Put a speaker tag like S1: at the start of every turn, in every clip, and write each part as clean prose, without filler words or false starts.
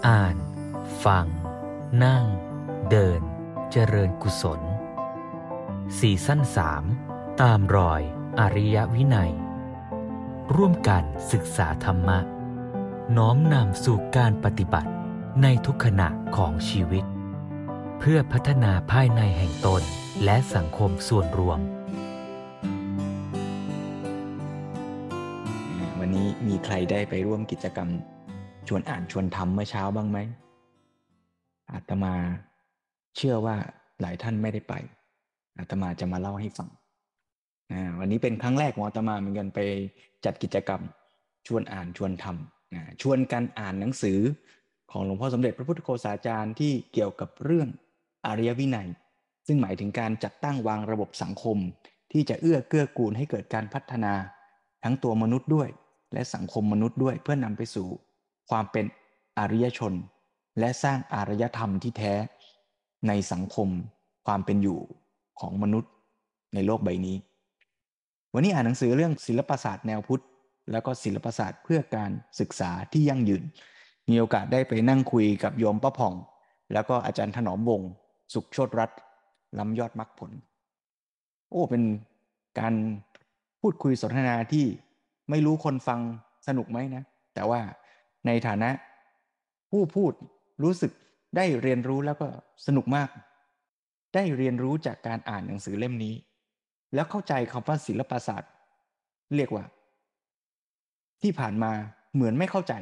S1: อ่านฟังนั่งเดินเจริญกุศลซีซั่น3ตามรอยอริยวินัยร่วมกันศึกษาธรรมะน้อมนำสู่การปฏิบัติในทุกขณะของชีวิตเพื่อพัฒนาภายในแห่งตนและสังคมส่วนรวม
S2: วันนี้มีใครได้ไปร่วมกิจกรรมชวนอ่านชวนทำเมื่อเช้าบ้างไหมอาตมาเชื่อว่าหลายท่านไม่ได้ไปอาตมาจะมาเล่าให้ฟังวันนี้เป็นครั้งแรกของอาตมาเหมือนกันไปจัดกิจกรรมชวนอ่านชวนทำชวนกันอ่านหนังสือของหลวงพ่อสมเด็จพระพุทธโฆษาจารย์ที่เกี่ยวกับเรื่องอริยวินัยซึ่งหมายถึงการจัดตั้งวางระบบสังคมที่จะเอื้อเกื้อกูลให้เกิดการพัฒนาทั้งตัวมนุษย์ด้วยและสังคมมนุษย์ด้วยเพื่อนำไปสู่ความเป็นอริยชนและสร้างอารยธรรมที่แท้ในสังคมความเป็นอยู่ของมนุษย์ในโลกใบนี้วันนี้อ่านหนังสือเรื่องศิลปศาสตร์แนวพุทธแล้วก็ศิลปศาสตร์เพื่อการศึกษาที่ยั่งยืนมีโอกาสได้ไปนั่งคุยกับโยมป้าผ่องแล้วก็อาจารย์ถนอมวงศ์สุขโชติรัตน์ล้ำยอดมรรคผลเป็นการพูดคุยสนทนาที่ไม่รู้คนฟังสนุกไหมนะแต่ว่าในฐานะผู้พูดรู้สึกได้เรียนรู้แล้วก็สนุกมากได้เรียนรู้จากการอ่านหนังสือเล่มนี้แล้วเข้าใจคำว่าศิลปศาสตร์เรียกว่าที่ผ่านมาเหมือนไม่เข้าใจ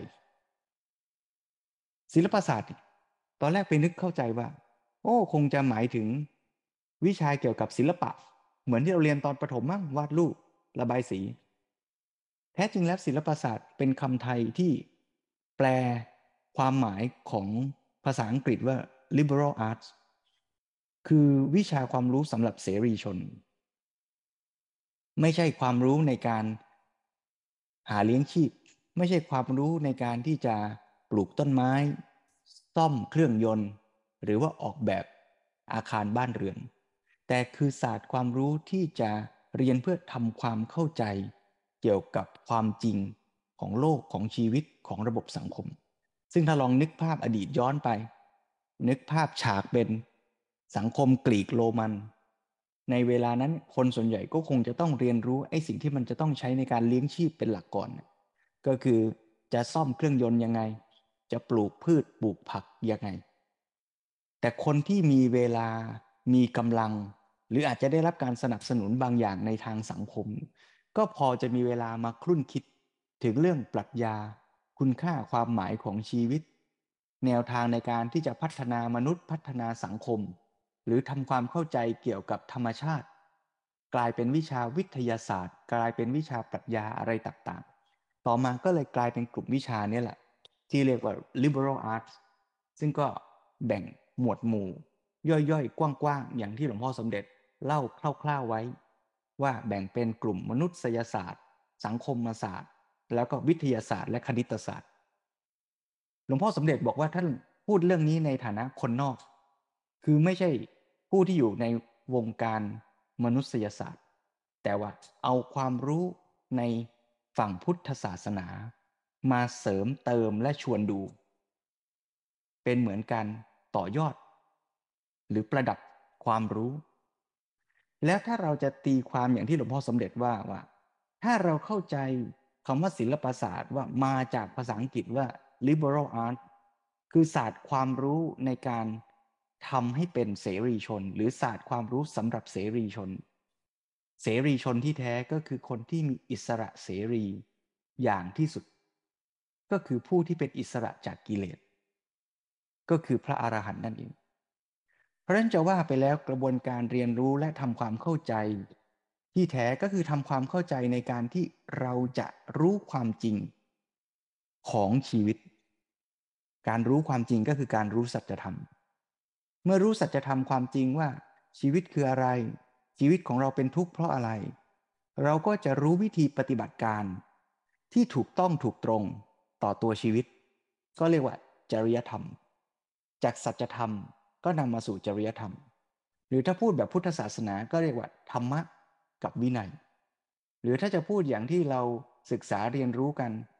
S2: ศิลปศาสตร์ตอนแรกไปนึกเข้าใจว่าคงจะหมายถึงวิชาเกี่ยวกับศิลปะเหมือนที่เราเรียนตอนประถมมั้งวาดรูประบายสีแท้จริงแล้วศิลปศาสตร์เป็นคำไทยที่แปลความหมายของภาษาอังกฤษว่า liberal arts คือวิชาความรู้สำหรับเสรีชนไม่ใช่ความรู้ในการหาเลี้ยงชีพไม่ใช่ความรู้ในการที่จะปลูกต้นไม้ซ่อมเครื่องยนต์หรือว่าออกแบบอาคารบ้านเรือนแต่คือศาสตร์ความรู้ที่จะเรียนเพื่อทำความเข้าใจเกี่ยวกับความจริงของโลกของชีวิตของระบบสังคมซึ่งถ้าลองนึกภาพอดีตย้อนไปนึกภาพฉากเป็นสังคมกรีกโรมันในเวลานั้นคนส่วนใหญ่ก็คงจะต้องเรียนรู้ไอ้สิ่งที่มันจะต้องใช้ในการเลี้ยงชีพเป็นหลักก่อนก็คือจะซ่อมเครื่องยนต์ยังไงจะปลูกพืชปลูกผักยังไงแต่คนที่มีเวลามีกำลังหรืออาจจะได้รับการสนับสนุนบางอย่างในทางสังคมก็พอจะมีเวลามาครุ่นคิดถึงเรื่องปรัชญาคุณค่าความหมายของชีวิตแนวทางในการที่จะพัฒนามนุษย์พัฒนาสังคมหรือทำความเข้าใจเกี่ยวกับธรรมชาติกลายเป็นวิชาวิทยาศาสตร์กลายเป็นวิชาปรัชญาอะไรต่างๆต่อมาก็เลยกลายเป็นกลุ่มวิชานี้แหละที่เรียกว่า liberal arts ซึ่งก็แบ่งหมวดหมู่ย่อยๆกว้างๆอย่างที่หลวงพ่อสมเด็จเล่าคร่าวๆไว้ว่าแบ่งเป็นกลุ่มมนุษยศาสตร์สังคมศาสตร์แล้วก็วิทยาศาสตร์และคณิตศาสตร์หลวงพ่อสมเด็จบอกว่าท่านพูดเรื่องนี้ในฐานะคนนอกคือไม่ใช่ผู้ที่อยู่ในวงการมนุษยศาสตร์แต่ว่าเอาความรู้ในฝั่งพุทธศาสนามาเสริมเติมและชวนดูเป็นเหมือนการต่อยอดหรือประดับความรู้แล้วถ้าเราจะตีความอย่างที่หลวงพ่อสมเด็จว่าถ้าเราเข้าใจคำว่าศิลปศาสตร์ว่ามาจากภาษาอังกฤษว่า liberal art คือศาสตร์ความรู้ในการทำให้เป็นเสรีชนหรือศาสตร์ความรู้สำหรับเสรีชนเสรีชนที่แท้ก็คือคนที่มีอิสระเสรีอย่างที่สุดก็คือผู้ที่เป็นอิสระจากกิเลสก็คือพระอรหันต์นั่นเองเพราะฉะนั้นจะว่าไปแล้วกระบวนการเรียนรู้และทำความเข้าใจที่แท้ก็คือทำความเข้าใจในการที่เราจะรู้ความจริงของชีวิตการรู้ความจริงก็คือการรู้สัจธรรมเมื่อรู้สัจธรรมความจริงว่าชีวิตคืออะไรชีวิตของเราเป็นทุกข์เพราะอะไรเราก็จะรู้วิธีปฏิบัติการที่ถูกต้องถูกตรงต่อตัวชีวิตก็เรียกว่าจริยธรรมจากสัจธรรมก็นำมาสู่จริยธรรมหรือถ้าพูดแบบพุทธศาสนาก็เรียกว่าธรรมะกับวินัยหรือถ้าจะพูดอย่างที่เราศึกษาเรียนรู้กัน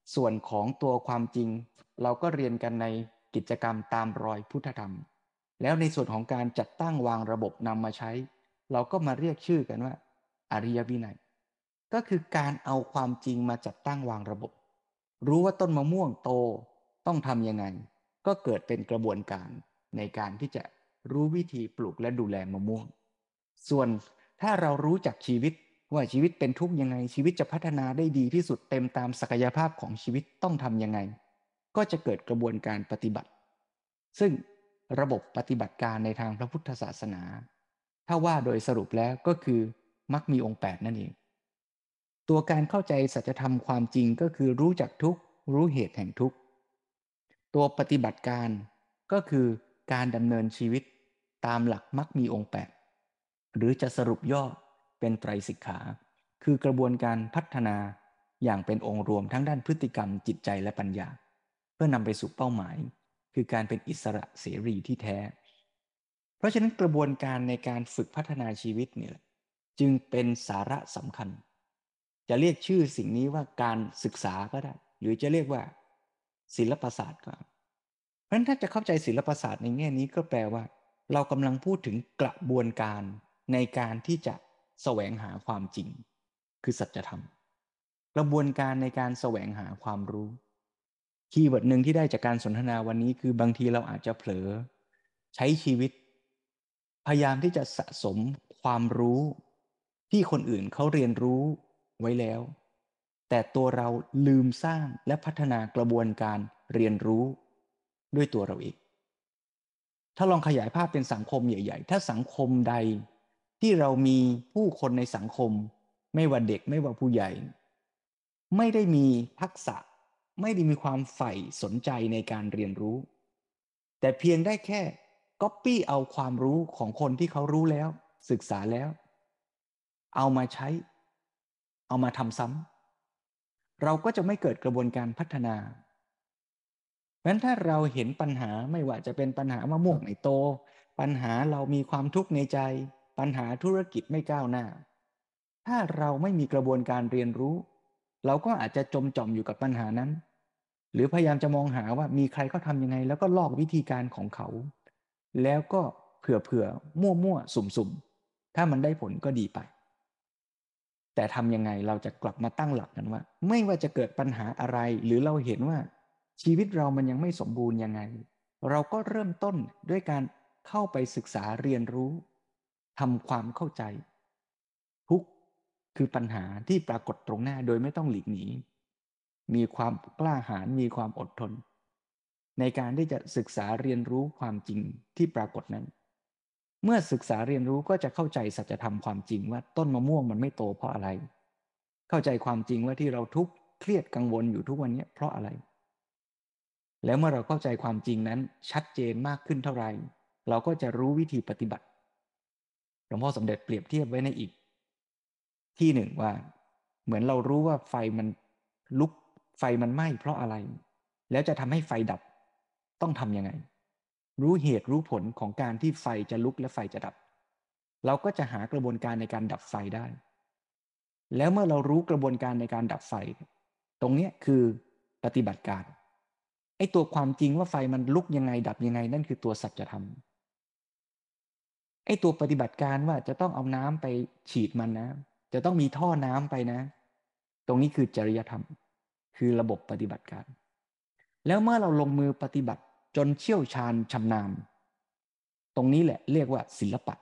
S2: ส่วนของตัวความจริงเราก็เรียนกันในกิจกรรมตามรอยพุทธธรรมแล้วในส่วนของการจัดตั้งวางระบบนำมาใช้เราก็มาเรียกชื่อกันว่าอริยวินัยก็คือการเอาความจริงมาจัดตั้งวางระบบรู้ว่าต้นมะม่วงโตต้องทำยังไงก็เกิดเป็นกระบวนการในการที่จะรู้วิธีปลูกและดูแลมะม่วงส่วนถ้าเรารู้จักชีวิตว่าชีวิตเป็นทุกข์ยังไงชีวิตจะพัฒนาได้ดีที่สุดเต็มตามศักยภาพของชีวิตต้องทำยังไงก็จะเกิดกระบวนการปฏิบัติซึ่งระบบปฏิบัติการในทางพระพุทธศาสนาถ้าว่าโดยสรุปแล้วก็คือมรรคมีองค์8นั่นเองตัวการเข้าใจสัจธรรมความจริงก็คือรู้จักทุกข์รู้เหตุแห่งทุกข์ตัวปฏิบัติการก็คือการดำเนินชีวิตตามหลักมรรคมีองค์8หรือจะสรุปย่อเป็นไตรสิกขาคือกระบวนการพัฒนาอย่างเป็นองค์รวมทั้งด้านพฤติกรรมจิตใจและปัญญาเพื่อนำไปสู่เป้าหมายคือการเป็นอิสระเสรีที่แท้เพราะฉะนั้นกระบวนการในการฝึกพัฒนาชีวิตเนี่ยจึงเป็นสาระสำคัญจะเรียกชื่อสิ่งนี้ว่าการศึกษาก็ได้หรือจะเรียกว่าศิลปศาสตร์ก็เพราะฉะนั้นถ้าจะเข้าใจศิลปศาสตร์ในแง่นี้ก็แปลว่าเรากำลังพูดถึงกระบวนการในการที่จะแสวงหาความจริงคือสัจธรรมกระบวนการในการแสวงหาความรู้คีย์เวิร์ดหนึ่งที่ได้จากการสนทนาวันนี้คือบางทีเราอาจจะเผลอใช้ชีวิตพยายามที่จะสะสมความรู้ที่คนอื่นเขาเรียนรู้ไว้แล้วแต่ตัวเราลืมสร้างและพัฒนากระบวนการเรียนรู้ด้วยตัวเราเองถ้าลองขยายภาพเป็นสังคมใหญ่ๆถ้าสังคมใดที่เรามีผู้คนในสังคมไม่ว่าเด็กไม่ว่าผู้ใหญ่ไม่ได้มีทักษะไม่ได้มีความใฝ่สนใจในการเรียนรู้แต่เพียงได้แค่ก๊อปปี้เอาความรู้ของคนที่เขารู้แล้วศึกษาแล้วเอามาใช้เอามาทำซ้ำเราก็จะไม่เกิดกระบวนการพัฒนาเพราะฉะนั้นถ้าเราเห็นปัญหาไม่ว่าจะเป็นปัญหามะม่วงไม่โตปัญหาเรามีความทุกข์ในใจปัญหาธุรกิจไม่ก้าวหน้าถ้าเราไม่มีกระบวนการเรียนรู้เราก็อาจจะจมจ่อมอยู่กับปัญหานั้นหรือพยายามจะมองหาว่ามีใครเขาทำยังไงแล้วก็ลอกวิธีการของเขาแล้วก็เผื่อมั่วสุ่มถ้ามันได้ผลก็ดีไปแต่ทำยังไงเราจะกลับมาตั้งหลักกันว่าไม่ว่าจะเกิดปัญหาอะไรหรือเราเห็นว่าชีวิตเรามันยังไม่สมบูรณ์ยังไงเราก็เริ่มต้นด้วยการเข้าไปศึกษาเรียนรู้ทำความเข้าใจทุกข์คือปัญหาที่ปรากฏตรงหน้าโดยไม่ต้องหลีกหนีมีความกล้าหาญมีความอดทนในการที่จะศึกษาเรียนรู้ความจริงที่ปรากฏนั้นเมื่อศึกษาเรียนรู้ก็จะเข้าใจสัจธรรมความจริงว่าต้นมะม่วงมันไม่โตเพราะอะไรเข้าใจความจริงว่าที่เราทุกข์เครียดกังวลอยู่ทุกวันนี้เพราะอะไรแล้วเมื่อเราเข้าใจความจริงนั้นชัดเจนมากขึ้นเท่าไหร่เราก็จะรู้วิธีปฏิบัติหลวงพ่อสมเด็จเปรียบเทียบไว้ในอีกที่หนึ่งว่าเหมือนเรารู้ว่าไฟมันลุกไฟมันไหม้เพราะอะไรแล้วจะทำให้ไฟดับต้องทำยังไงรู้เหตุรู้ผลของการที่ไฟจะลุกและไฟจะดับเราก็จะหากระบวนการในการดับไฟได้แล้วเมื่อเรารู้กระบวนการในการดับไฟตรงนี้คือปฏิบัติการไอ้ตัวความจริงว่าไฟมันลุกยังไงดับยังไงนั่นคือตัวสัจธรรมไอ้ตัวปฏิบัติการว่าจะต้องเอาน้ำไปฉีดมันนะจะต้องมีท่อน้ำไปนะตรงนี้คือจริยธรรมคือระบบปฏิบัติการแล้วเมื่อเราลงมือปฏิบัติจนเชี่ยวชาญชำนาญตรงนี้แหละเรียกว่าศิลปะ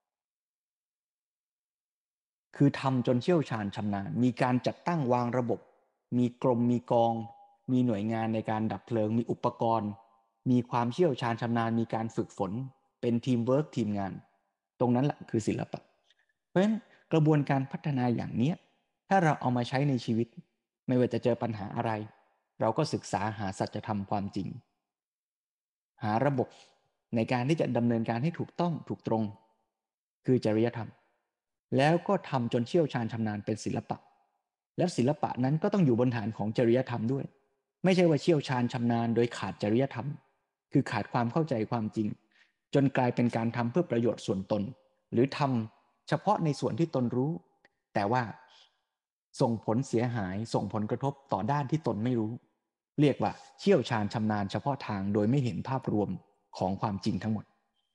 S2: คือทำจนเชี่ยวชาญชำนาญมีการจัดตั้งวางระบบมีกรมมีกองมีหน่วยงานในการดับเพลิงมีอุปกรณ์มีความเชี่ยวชาญชำนาญมีการฝึกฝนเป็นทีมเวิร์คทีมงานตรงนั้นแหละคือศิลปะเพราะฉะนั้นกระบวนการพัฒนาอย่างนี้ถ้าเราเอามาใช้ในชีวิตไม่ว่าจะเจอปัญหาอะไรเราก็ศึกษาหาสัจธรรมความจริงหาระบบในการที่จะดำเนินการให้ถูกต้องถูกตรงคือจริยธรรมแล้วก็ทำจนเชี่ยวชาญชำนาญเป็นศิลปะแล้วศิลปะนั้นก็ต้องอยู่บนฐานของจริยธรรมด้วยไม่ใช่ว่าเชี่ยวชาญชำนาญโดยขาดจริยธรรมคือขาดความเข้าใจความจริงจนกลายเป็นการทำเพื่อประโยชน์ส่วนตนหรือทำเฉพาะในส่วนที่ตนรู้แต่ว่าส่งผลเสียหายส่งผลกระทบต่อด้านที่ตนไม่รู้เรียกว่าเชี่ยวชาญชำนาญเฉพาะทางโดยไม่เห็นภาพรวมของความจริงทั้งหมด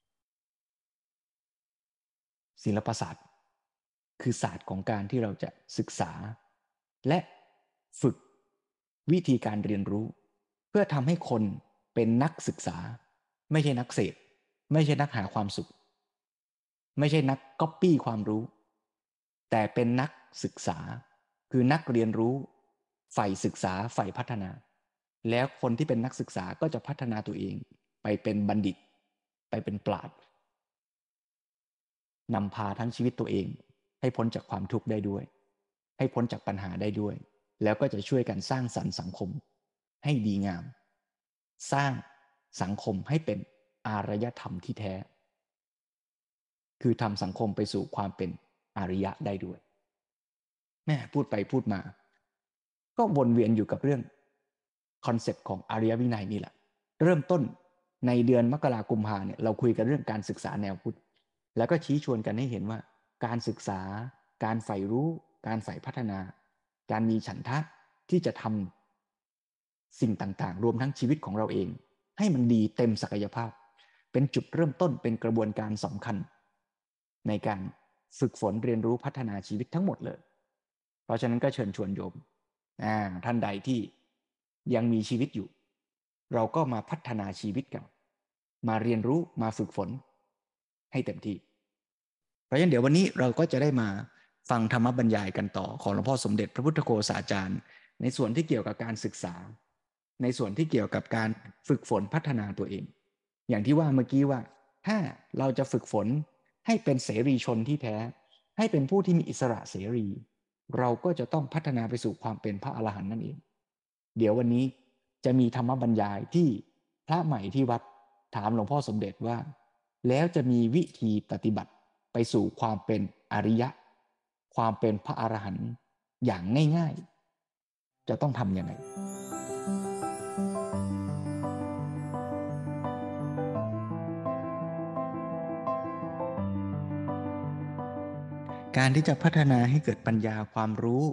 S2: ศิลปศาสตร์คือศาสตร์ของการที่เราจะศึกษาและฝึกวิธีการเรียนรู้เพื่อทำให้คนเป็นนักศึกษาไม่ใช่นักเสพไม่ใช่นักหาความสุขไม่ใช่นักก๊อปปี้ความรู้แต่เป็นนักศึกษาคือนักเรียนรู้ใฝ่ศึกษาใฝ่พัฒนาแล้วคนที่เป็นนักศึกษาก็จะพัฒนาตัวเองไปเป็นบัณฑิตไปเป็นปราชญ์นำพาทั้งชีวิตตัวเองให้พ้นจากความทุกข์ได้ด้วยให้พ้นจากปัญหาได้ด้วยแล้วก็จะช่วยกันสร้างสรรค์สังคมให้ดีงามสร้างสังคมให้เป็นอารยธรรมที่แท้คือทำสังคมไปสู่ความเป็นอริยะได้ด้วยแม่พูดไปพูดมาก็วนเวียนอยู่กับเรื่องคอนเซ็ปต์ของอริยวินัยนี่แหละเริ่มต้นในเดือนมกราคมกุมภาเนี่ยเราคุยกันเรื่องการศึกษาแนวพุทธแล้วก็ชี้ชวนกันให้เห็นว่าการศึกษาการใฝ่รู้การใฝ่พัฒนาการมีฉันทะที่จะทำสิ่งต่างๆรวมทั้งชีวิตของเราเองให้มันดีเต็มศักยภาพเป็นจุดเริ่มต้นเป็นกระบวนการสำคัญในการฝึกฝนเรียนรู้พัฒนาชีวิตทั้งหมดเลยเพราะฉะนั้นก็เชิญชวนโยมท่านใดที่ยังมีชีวิตอยู่เราก็มาพัฒนาชีวิตกันมาเรียนรู้มาฝึกฝนให้เต็มที่เพราะฉะนั้นเดี๋ยววันนี้เราก็จะได้มาฟังธรรมบรรยายกันต่อของหลวงพ่อสมเด็จพระพุทธโฆษาจารย์ในส่วนที่เกี่ยวกับการศึกษาในส่วนที่เกี่ยวกับการฝึกฝนพัฒนาตัวเองอย่างที่ว่าเมื่อกี้ว่าถ้าเราจะฝึกฝนให้เป็นเสรีชนที่แท้ให้เป็นผู้ที่มีอิสระเสรีเราก็จะต้องพัฒนาไปสู่ความเป็นพระอรหันต์นั่นเองเดี๋ยววันนี้จะมีธรรมบรรยายที่พระใหม่ที่วัดถามหลวงพ่อสมเด็จว่าแล้วจะมีวิธีปฏิบัติไปสู่ความเป็นอริยะความเป็นพระอรหันต์อย่างง่ายๆจะต้องทำยังไงการที่จะพัฒนาให้เกิดปัญญาความรู้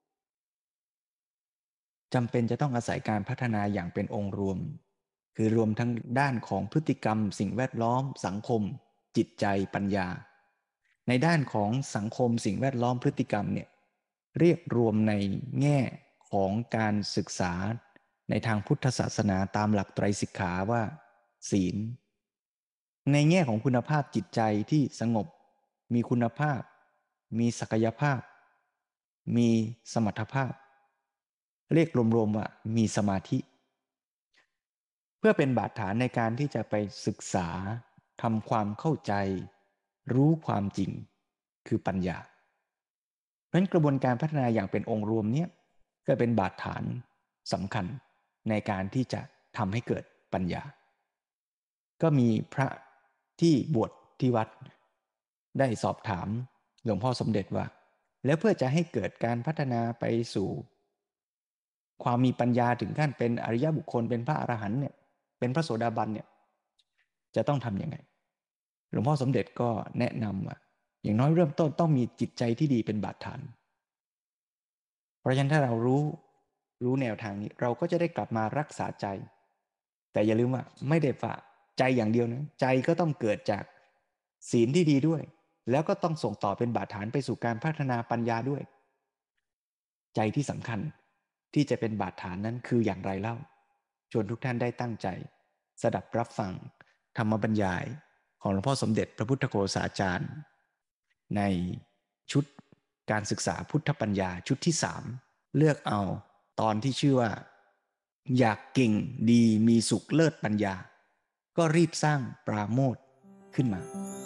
S2: จำเป็นจะต้องอาศัยการพัฒนาอย่างเป็นองค์รวมคือรวมทั้งด้านของพฤติกรรมสิ่งแวดล้อมสังคมจิตใจปัญญาในด้านของสังคมสิ่งแวดล้อมพฤติกรรมเนี่ยเรียกรวมในแง่ของการศึกษาในทางพุทธศาสนาตามหลักไตรสิกขาว่าศีลในแง่ของคุณภาพจิตใจที่สงบมีคุณภาพมีศักยภาพมีสมรรถภาพเรียกรวมๆว่ามีสมาธิเพื่อเป็นบาดฐานในการที่จะไปศึกษาทำความเข้าใจรู้ความจริงคือปัญญาเพราะฉะนั้นกระบวนการพัฒนาอย่างเป็นองค์รวมนี้ก็เป็นบาดฐานสำคัญในการที่จะทำให้เกิดปัญญาก็มีพระที่บวชที่วัดได้สอบถามหลวงพ่อสมเด็จว่าแล้วเพื่อจะให้เกิดการพัฒนาไปสู่ความมีปัญญาถึงขั้นเป็นอริยบุคคลเป็นพระอรหันต์เนี่ยเป็นพระโสดาบันเนี่ยจะต้องทำยังไงหลวงพ่อสมเด็จก็แนะนำว่าอย่างน้อยเริ่มต้นต้องมีจิตใจที่ดีเป็นบาดฐานเพราะฉะนั้นถ้าเรารู้แนวทางนี้เราก็จะได้กลับมารักษาใจแต่อย่าลืมว่าไม่ได้ฝ่าใจอย่างเดียวนะใจก็ต้องเกิดจากศีลที่ดีด้วยแล้วก็ต้องส่งต่อเป็นบาดฐานไปสู่การพัฒนาปัญญาด้วยใจที่สำคัญที่จะเป็นบาดฐานนั้นคืออย่างไรเล่าชวนทุกท่านได้ตั้งใจสดับรับฟังธรรมบรรยายของหลวงพ่อสมเด็จพระพุทธโฆษาจารย์ในชุดการศึกษาพุทธปัญญาชุดที่3เลือกเอาตอนที่ชื่อว่าอยากเก่งดีมีสุขเลิศปัญญาก็รีบสร้างปราโมทย์ขึ้นมา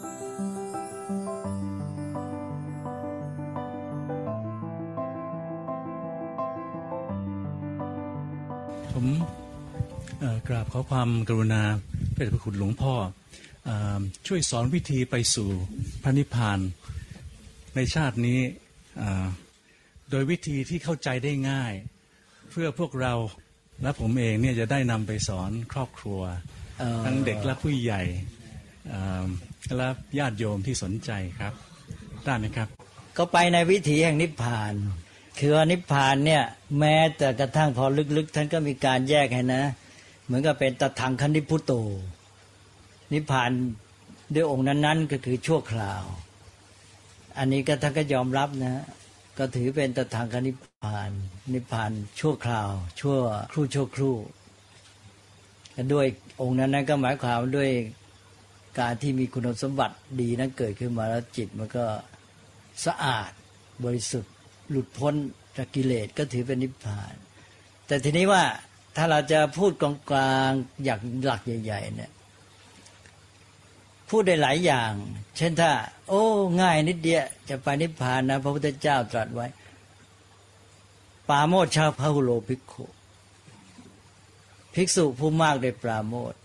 S3: ผมกราบขอความกรุณาพระเดชพระคุณหลวงพ่อช่วยสอนวิธีไปสู่พระนิพพานในชาตินี้โดยวิธีที่เข้าใจได้ง่ายเพื่อพวกเราและผมเองเนี่ยจะได้นำไปสอนครอบครัวทั้งเด็กและผู้ใหญ่และญาติโยมที่สนใจครับได้ไหมครับ
S4: ก็ไปในวิถีแห่งนิพพานคคือนิพพานเนี่ยแม้แต่กระทั่งพอลึกๆท่านก็มีการแยกให้นะเหมือนกับเป็นตถางคณิพุตโตนิพพานด้วยองค์นั้นๆก็คือชั่วคราวอันนี้ก็ท่านก็ยอมรับนะก็ถือเป็นตถางคนิพพานนิพพานชั่วคราวชั่วครู่ด้วยองค์นั้นก็หมายความด้วยการที่มีคุณสมบัติดีนั้นเกิดขึ้นมาแล้วจิตมันก็สะอาดบริสุทธิ์หลุดพ้นจากกิเลสก็ถือเป็นนิพพานแต่ทีนี้ว่าถ้าเราจะพูดกลางๆอย่างหลักใหญ่ๆเนี่ยพูดได้หลายอย่างเช่นถ้าโอ้ง่ายนิดเดียวจะไปนิพพานนะพระพุทธเจ้าตรัสไว้ปราโมทชาพหุโลภิกขุภิกษุผู้มากด้วยปราโมทย์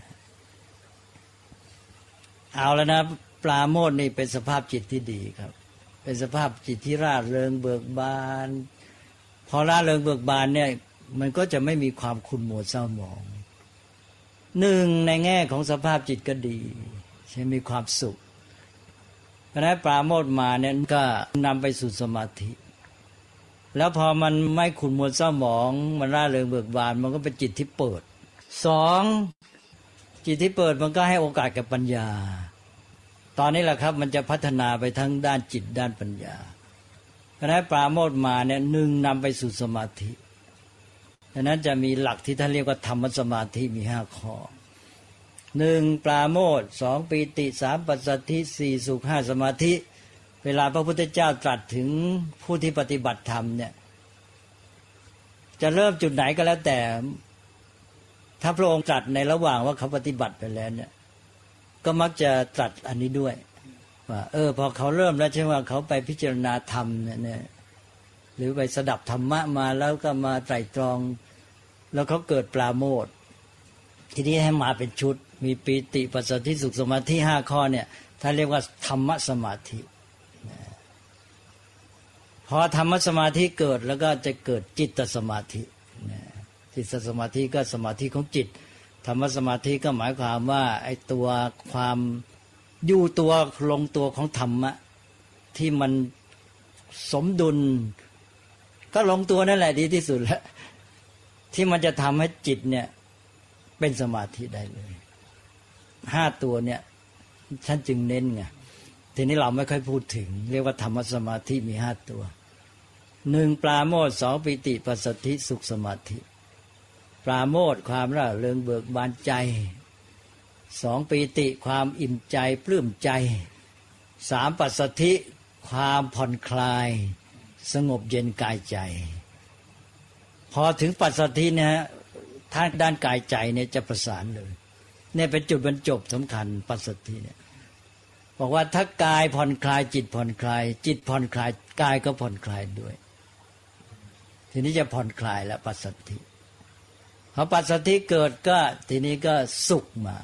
S4: เอาแล้วนะปราโมทย์นี่เป็นสภาพจิตที่ดีครับเป็นสภาพจิตที่ร่าเริงเบิกบานพอร่าเริงเบิกบานเนี่ยมันก็จะไม่มีความขุ่นมัวเศร้าหมองหนึ่งในแง่ของสภาพจิตก็ดีใช่มีความสุขเพราะนั้นปราโมทย์มาเนี่ยก็นำไปสู่สมาธิแล้วพอมันไม่ขุ่นมัวเศร้าหมองมันร่าเริงเบิกบานมันก็เป็นจิตที่เปิดสองจิตที่เปิดมันก็ให้โอกาสกับปัญญาตอนนี้แหละครับมันจะพัฒนาไปทั้งด้านจิตด้านปัญญาเพราะนั้นปราโมทย์มาเนี่ยหนึ่งนำไปสู่สมาธิดังนั้นจะมีหลักที่ท่านเรียกว่าธรรมสมาธิมี5ข้อ1ปราโมทย์2ปีติ3ปัสสัทธิ4สุข5สมาธิเวลาพระพุทธเจ้าตรัสถึงผู้ที่ปฏิบัติธรรมเนี่ยจะเริ่มจุดไหนก็แล้วแต่ถ้าพระองค์ตรัสในระหว่างว่าเขาปฏิบัติไปแล้วเนี่ยก็มักจะตรัสอันนี้ด้วยว่าพอเขาเริ่มแล้วใช่ว่าเขาไปพิจารณาธรรมเนี่ยหรือไปสดับธรรมะมาแล้วก็มาไตร่ตรองแล้วเขาเกิดปราโมทย์ทีนี้ให้มาเป็นชุดมีปีติปัสสัทธิสุขสมาธิ5ข้อเนี่ยท่านเรียกว่าธรรมสมาธิพอธรรมสมาธิเกิดแล้วก็จะเกิดจิตสมาธิจิตสมาธิก็สมาธิของจิตธรรมสมาธิก็หมายความว่าไอ้ตัวความอยู่ตัวลงตัวของธรรมะที่มันสมดุลก็ลงตัวนั่นแหละดีที่สุดแล้วที่มันจะทำให้จิตเนี่ยเป็นสมาธิได้เลย5ตัวเนี่ยท่านจึงเน้นไงทีนี้เราไม่ค่อยพูดถึงเรียกว่าธรรมสมาธิมี5ตัว1ปราโมทย์2ปิติปัสสัทธิสุขสมาธิปราโมทย์ความร่าเริงเบิกบานใจ2ปีติความอิ่มใจปลื้มใจ3ปัสสัทธิความผ่อนคลายสงบเย็นกายใจพอถึงปัสสัทธินะฮะทางด้านกายใจเนี่ยจะประสานเลยเนี่ยเป็นจุดบรรจบสำคัญปัสสัทธิเนี่ยบอกว่าถ้ากายผ่อนคลายจิตผ่อนคลายจิตผ่อนคลายกายก็ผ่อนคลายด้วยทีนี้จะผ่อนคลายแล้วปัสสัทธิพอปัสสัทธิเกิดก็ทีนี้ก็สุขมา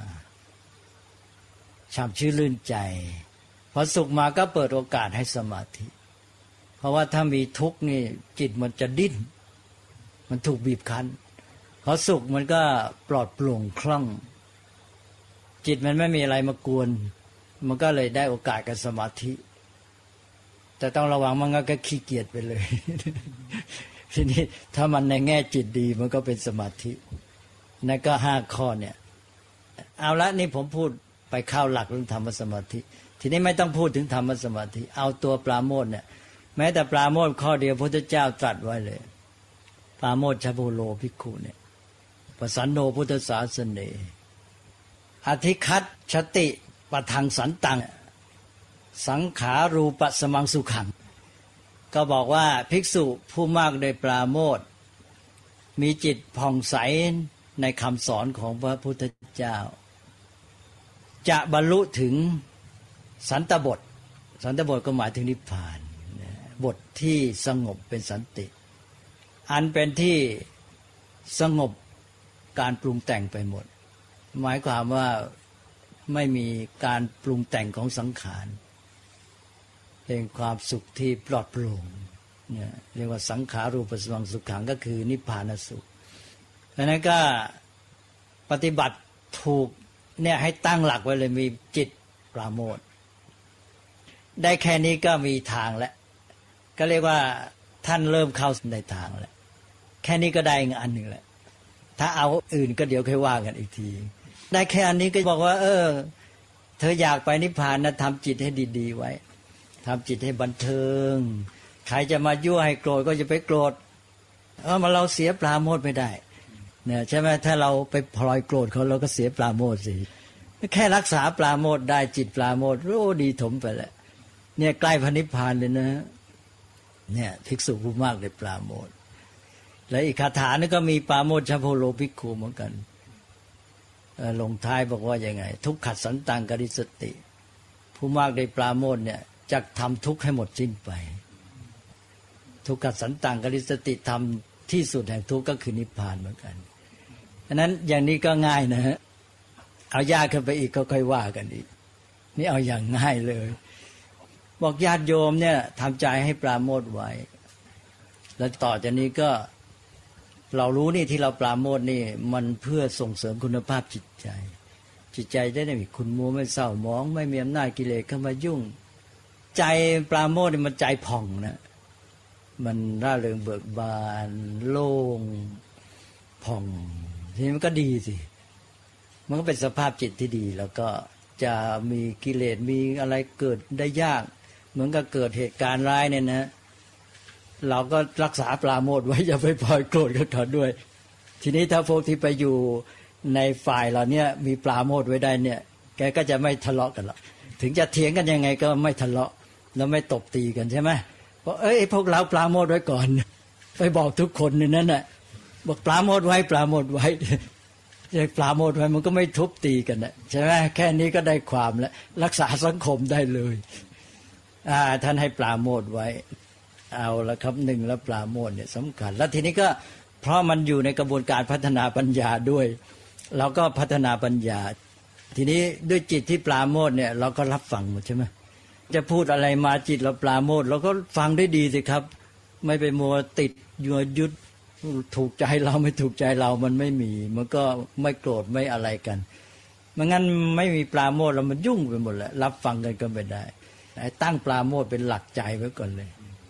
S4: ช่ำชื่นลื่นใจพอสุขมาก็เปิดโอกาสให้สมาธิเพราะว่าถ้ามีทุกข์นี่จิตมันจะดิ้นมันถูกบีบคั้นพอสุขมันก็ปลอดโปร่งคล่องจิตมันไม่มีอะไรมากวนมันก็เลยได้โอกาสกับสมาธิแต่ต้องระวังมันก็ขี้เกียจไปเลย ทีนี้ถ้ามันในแง่จิตดีมันก็เป็นสมาธินั่นก็5ข้อเนี่ยเอาละนี่ผมพูดไปเข้าหลักเรื่องธรรมสมาธิทีนี้ไม่ต้องพูดถึงธรรมสมาธิเอาตัวปราโมทย์เนี่ยแม้แต่ปราโมทย์ข้อเดียวพระพุทธเจ้าตรัสไว้เลยปราโมทชโพโลภิกขุเนี่ยปสันโนพุทธศาสเนอธิคัตชติปทังสันตังสังขารูปสมังสุขังก็บอกว่าภิกษุผู้มากโดยปราโมทย์มีจิตผ่องใสในคำสอนของพระพุทธเจ้าจะบรรลุถึงสันตบทสันตบทก็หมายถึงนิพพานบทที่สงบเป็นสันติอันเป็นที่สงบการปรุงแต่งไปหมดหมายความว่าไม่มีการปรุงแต่งของสังขารเป็นความสุขที่ปลอดโปร่งเนี่ยเรียกว่าสังขารูปสมังสุขังก็คือนิพพานสุขดังนั้นก็ปฏิบัติถูกเนี่ยให้ตั้งหลักไว้เลยมีจิตปราโมทย์ได้แค่นี้ก็มีทางแล้วก็เรียกว่าท่านเริ่มเข้าในทางแล้วแค่นี้ก็ได้อีกอันหนึ่งแหละถ้าเอาอื่นก็เดี๋ยวค่อยว่ากันอีกทีได้แค่อันนี้ก็บอกว่าเธออยากไปนิพพานนะทำจิตให้ดีๆไว้ทำจิตให้บันเทิงใครจะมายั่วให้โกรธก็จะไปโกรธมาเราเสียปราโมทย์ไม่ได้เนี่ยใช่ไหมถ้าเราไปพลอยโกรธเขาเราก็เสียปราโมทย์สิแค่รักษาปราโมทย์ได้จิตปราโมทย์โอ้ดีถมไปแล้วเนี่ยใกล้พระนิพพานเลยนะเนี่ยภิกษุผู้มากได้ปราโมทย์และอีกคาถานึงก็มีปราโมทย์ชโพโลภิกขุเหมือนกันลงท้ายบอกว่ายังไงทุกขัดสันตังกริสติผู้มากได้ปราโมทย์เนี่ยจะทำทุกข์ให้หมดสิ้นไปทุกขัดสันตังกริสติทำที่สุดแห่งทุกข์ก็คือนิพพานเหมือนกันฉะนั้นอย่างนี้ก็ง่ายนะฮะเอายากขึ้นไปอีกก็ค่อยว่ากันอีกนี่เอาอย่างง่ายเลยบอกญาติโยมเนี่ยทำใจให้ปราโมทย์ไว้แล้วต่อจากนี้ก็เรารู้นี่ที่เราปราโมทย์นี่มันเพื่อส่งเสริมคุณภาพจิตใจจิตใจได้ไม่มีขุ่นมัวไม่เศร้าหมองไม่มีอำนาจกิเลสเข้ามายุ่งใจปราโมทย์นี่มันใจผ่องนะมันร่าเริงเบิกบานโล่งผ่องทีนี้มันก็ดีสิมันก็เป็นสภาพจิตที่ดีแล้วก็จะมีกิเลสมีอะไรเกิดได้ยากเหมือนกับเกิดเหตุการณ์ร้ายเนี่ยนะเราก็รักษาปราโมทย์ไว้อย่าไปปล่อยโกรธกับเขาด้วยทีนี้ถ้าพวกที่ไปอยู่ในฝ่ายเราเนี่ยมีปราโมทย์ไว้ได้เนี่ยแกก็จะไม่ทะเลาะกันหรอกถึงจะเถียงกันยังไงก็ไม่ทะเลาะแล้วไม่ตบตีกันใช่ไหมเพราะพวกเราปราโมทย์ไว้ก่อนไปบอกทุกคนในนั้นน่ะบอกปราโมทย์ไว้ปราโมทย์ไว้ปราโมทย์ไว้มันก็ไม่ทุบตีกันนะใช่ไหมแค่นี้ก็ได้ความแล้วรักษาสังคมได้เลยท่านให้ปราโมทย์ไว้เอาละครับหนึ่งแล้วปราโมทย์เนี่ยสำคัญแล้วทีนี้ก็เพราะมันอยู่ในกระบวนการพัฒนาปัญญาด้วยเราก็พัฒนาปัญญาทีนี้ด้วยจิตที่ปราโมทย์เนี่ยเราก็รับฟังหมดใช่ไหมจะพูดอะไรมาจิตเราปราโมทย์เราก็ฟังได้ดีสิครับไม่ไปมัวติดยัวยุดถูกใจเราไม่ถูกใจเรามันไม่มีมันก็ไม่โกรธไม่อะไรกันไม่งั้นไม่มีปราโมทย์เรามันยุ่งไปหมดแหละรับฟังกันก็ไม่ได้ตั้งปราโมทย์เป็นหลักใจไว้ก่อนเลย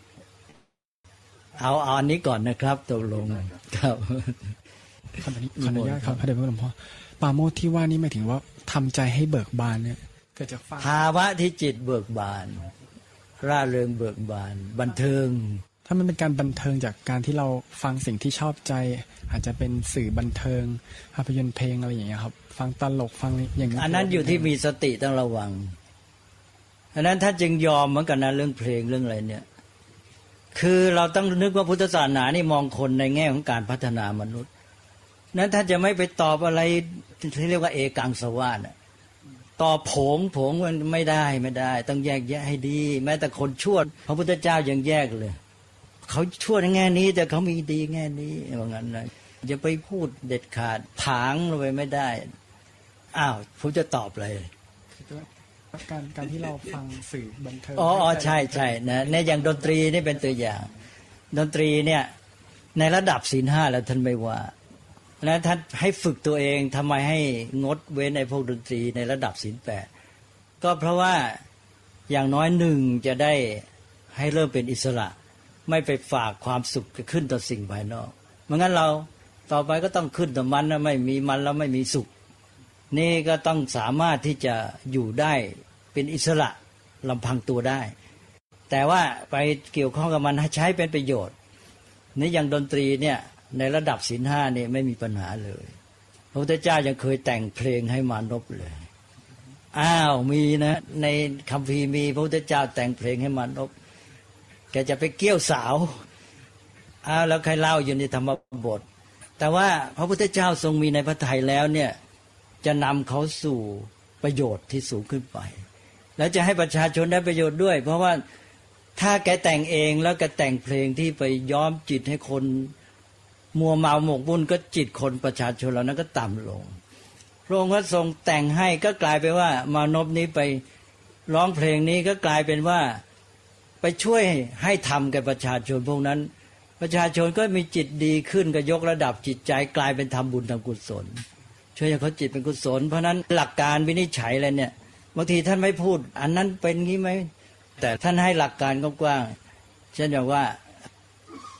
S4: เอาอันนี้ก่อนนะครับตกลงครับ
S5: ขออนุญาตครับพระเดชพระคุณหลวงพ่อปราโมทย์ที่ว่านี่หมายถึงว่าทำใจให้เบิกบานเนี่ยเกิดจากภ
S4: าวะที่จิตเบิกบานร่าเริงเบิกบานบันเทิง
S5: ถ้ามันเป็นการบันเทิงจากการที่เราฟังสิ่งที่ชอบใจอาจจะเป็นสื่อบันเทิงภาพยนตร์เพลงอะไรอย่างเงี้ยครับฟังตลกฟังอย่างนี้
S4: อันนั้นอยู่ที่มีสติต้องระวังอันนั้นถ้าจึงยอมเหมือนกันนะเรื่องเพลงเรื่องอะไรเนี่ยคือเราต้องนึกว่าพุทธศาสนานี่มองคนในแง่ของการพัฒนามนุษย์นั้นถ้าจะไม่ไปตอบอะไรที่เรียกว่าเอกังสวาสตอบผงมันไม่ได้ต้องแยกแยะให้ดีแม้แต่คนชั่วพระพุทธเจ้ายังแยกเลยเขาชั่วในแง่นี้แต่เขามีดีแง่นี้ว่างั้นนะอย่าไปพูดเด็ดขาดผางลงไปไม่ได้ผมจะตอบเลย
S5: การที่เราฟังสื่อบันเทิง
S4: ใช่นะในอย่างดนตรีนี่เป็นตัวอย่างดนตรีเนี่ยในระดับศีล 5แล้วท่านไม่ว่าแล้วท่านให้ฝึกตัวเองทำไมให้งดเว้นในพวกดนตรีในระดับศีล 8ก็เพราะว่าอย่างน้อยหนึ่งจะได้ให้เริ่มเป็นอิสระไม่ไปฝากความสุขขึ้นต่อสิ่งภายนอกไม่งั้นเราต่อไปก็ต้องขึ้นต่อมันนะไม่มีมันแล้วไม่มีสุขนี่ก็ต้องสามารถที่จะอยู่ได้เป็นอิสระลำพังตัวได้แต่ว่าไปเกี่ยวข้องกับมันให้ใช้เป็นประโยชน์นี่อย่างดนตรีเนี่ยในระดับศีล 5เนี่ยไม่มีปัญหาเลยพระพุทธเจ้ายังเคยแต่งเพลงให้มานพเลยมีนะในคัมภีร์มีพระพุทธเจ้าแต่งเพลงให้มานพแกจะไปเกี่ยวสาวแล้วใครเล่าอยู่ในธรรมบทแต่ว่าพระพุทธเจ้าทรงมีในพระทัยแล้วเนี่ยจะนำเขาสู่ประโยชน์ที่สูงขึ้นไปแล้วจะให้ประชาชนได้ประโยชน์ด้วยเพราะว่าถ้าแกแต่งเองแล้วแกแต่งเพลงที่ไปย้อมจิตให้คนมัวเมาหมกมุ่นก็จิตคนประชาชนเหล่านั้นก็ต่ำลงพระองค์ก็ทรงแต่งให้ก็กลายเป็นว่ามานพนี้ไปร้องเพลงนี้ก็กลายเป็นว่าไปช่วยให้ทำแก่ประชาชนพวกนั้นประชาชนก็มีจิตดีขึ้นก็ยกระดับจิตใจกลายเป็นทำบุญทำกุศลช่วยให้เขาจิตเป็นกุศลเพราะนั้นหลักการวินิจฉัยอะไรเนี่ยบางทีท่านไม่พูดอันนั้นเป็นงี้ไหมแต่ท่านให้หลักการกว้างๆเช่นอย่างว่า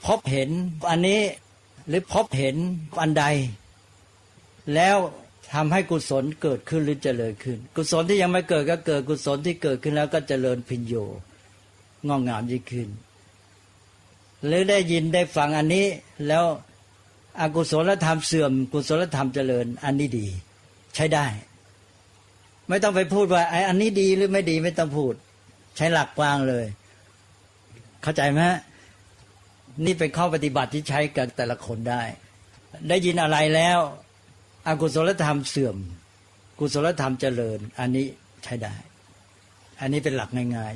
S4: พบเห็นอันนี้หรือพบเห็นอันใดแล้วทำให้กุศลเกิดขึ้นหรือเจริญขึ้นกุศลที่ยังไม่เกิดก็เกิดกุศลที่เกิดขึ้นแล้วก็เจริญพิญโยงอกงามยิ่งขึ้นหรือได้ยินได้ฟังอันนี้แล้วอกุศลธรรมเสื่อมกุศลธรรมเจริญอันนี้ดีใช้ได้ไม่ต้องไปพูดว่าไอ้อันนี้ดีหรือไม่ดีไม่ต้องพูดใช้หลักกว้างเลยเข้าใจไหมนี่เป็นข้อปฏิบัติที่ใช้กับแต่ละคนได้ยินอะไรแล้วอกุศลธรรมเสื่อมกุศลธรรมเจริญอันนี้ใช้ได้อันนี้เป็นหลักง่าย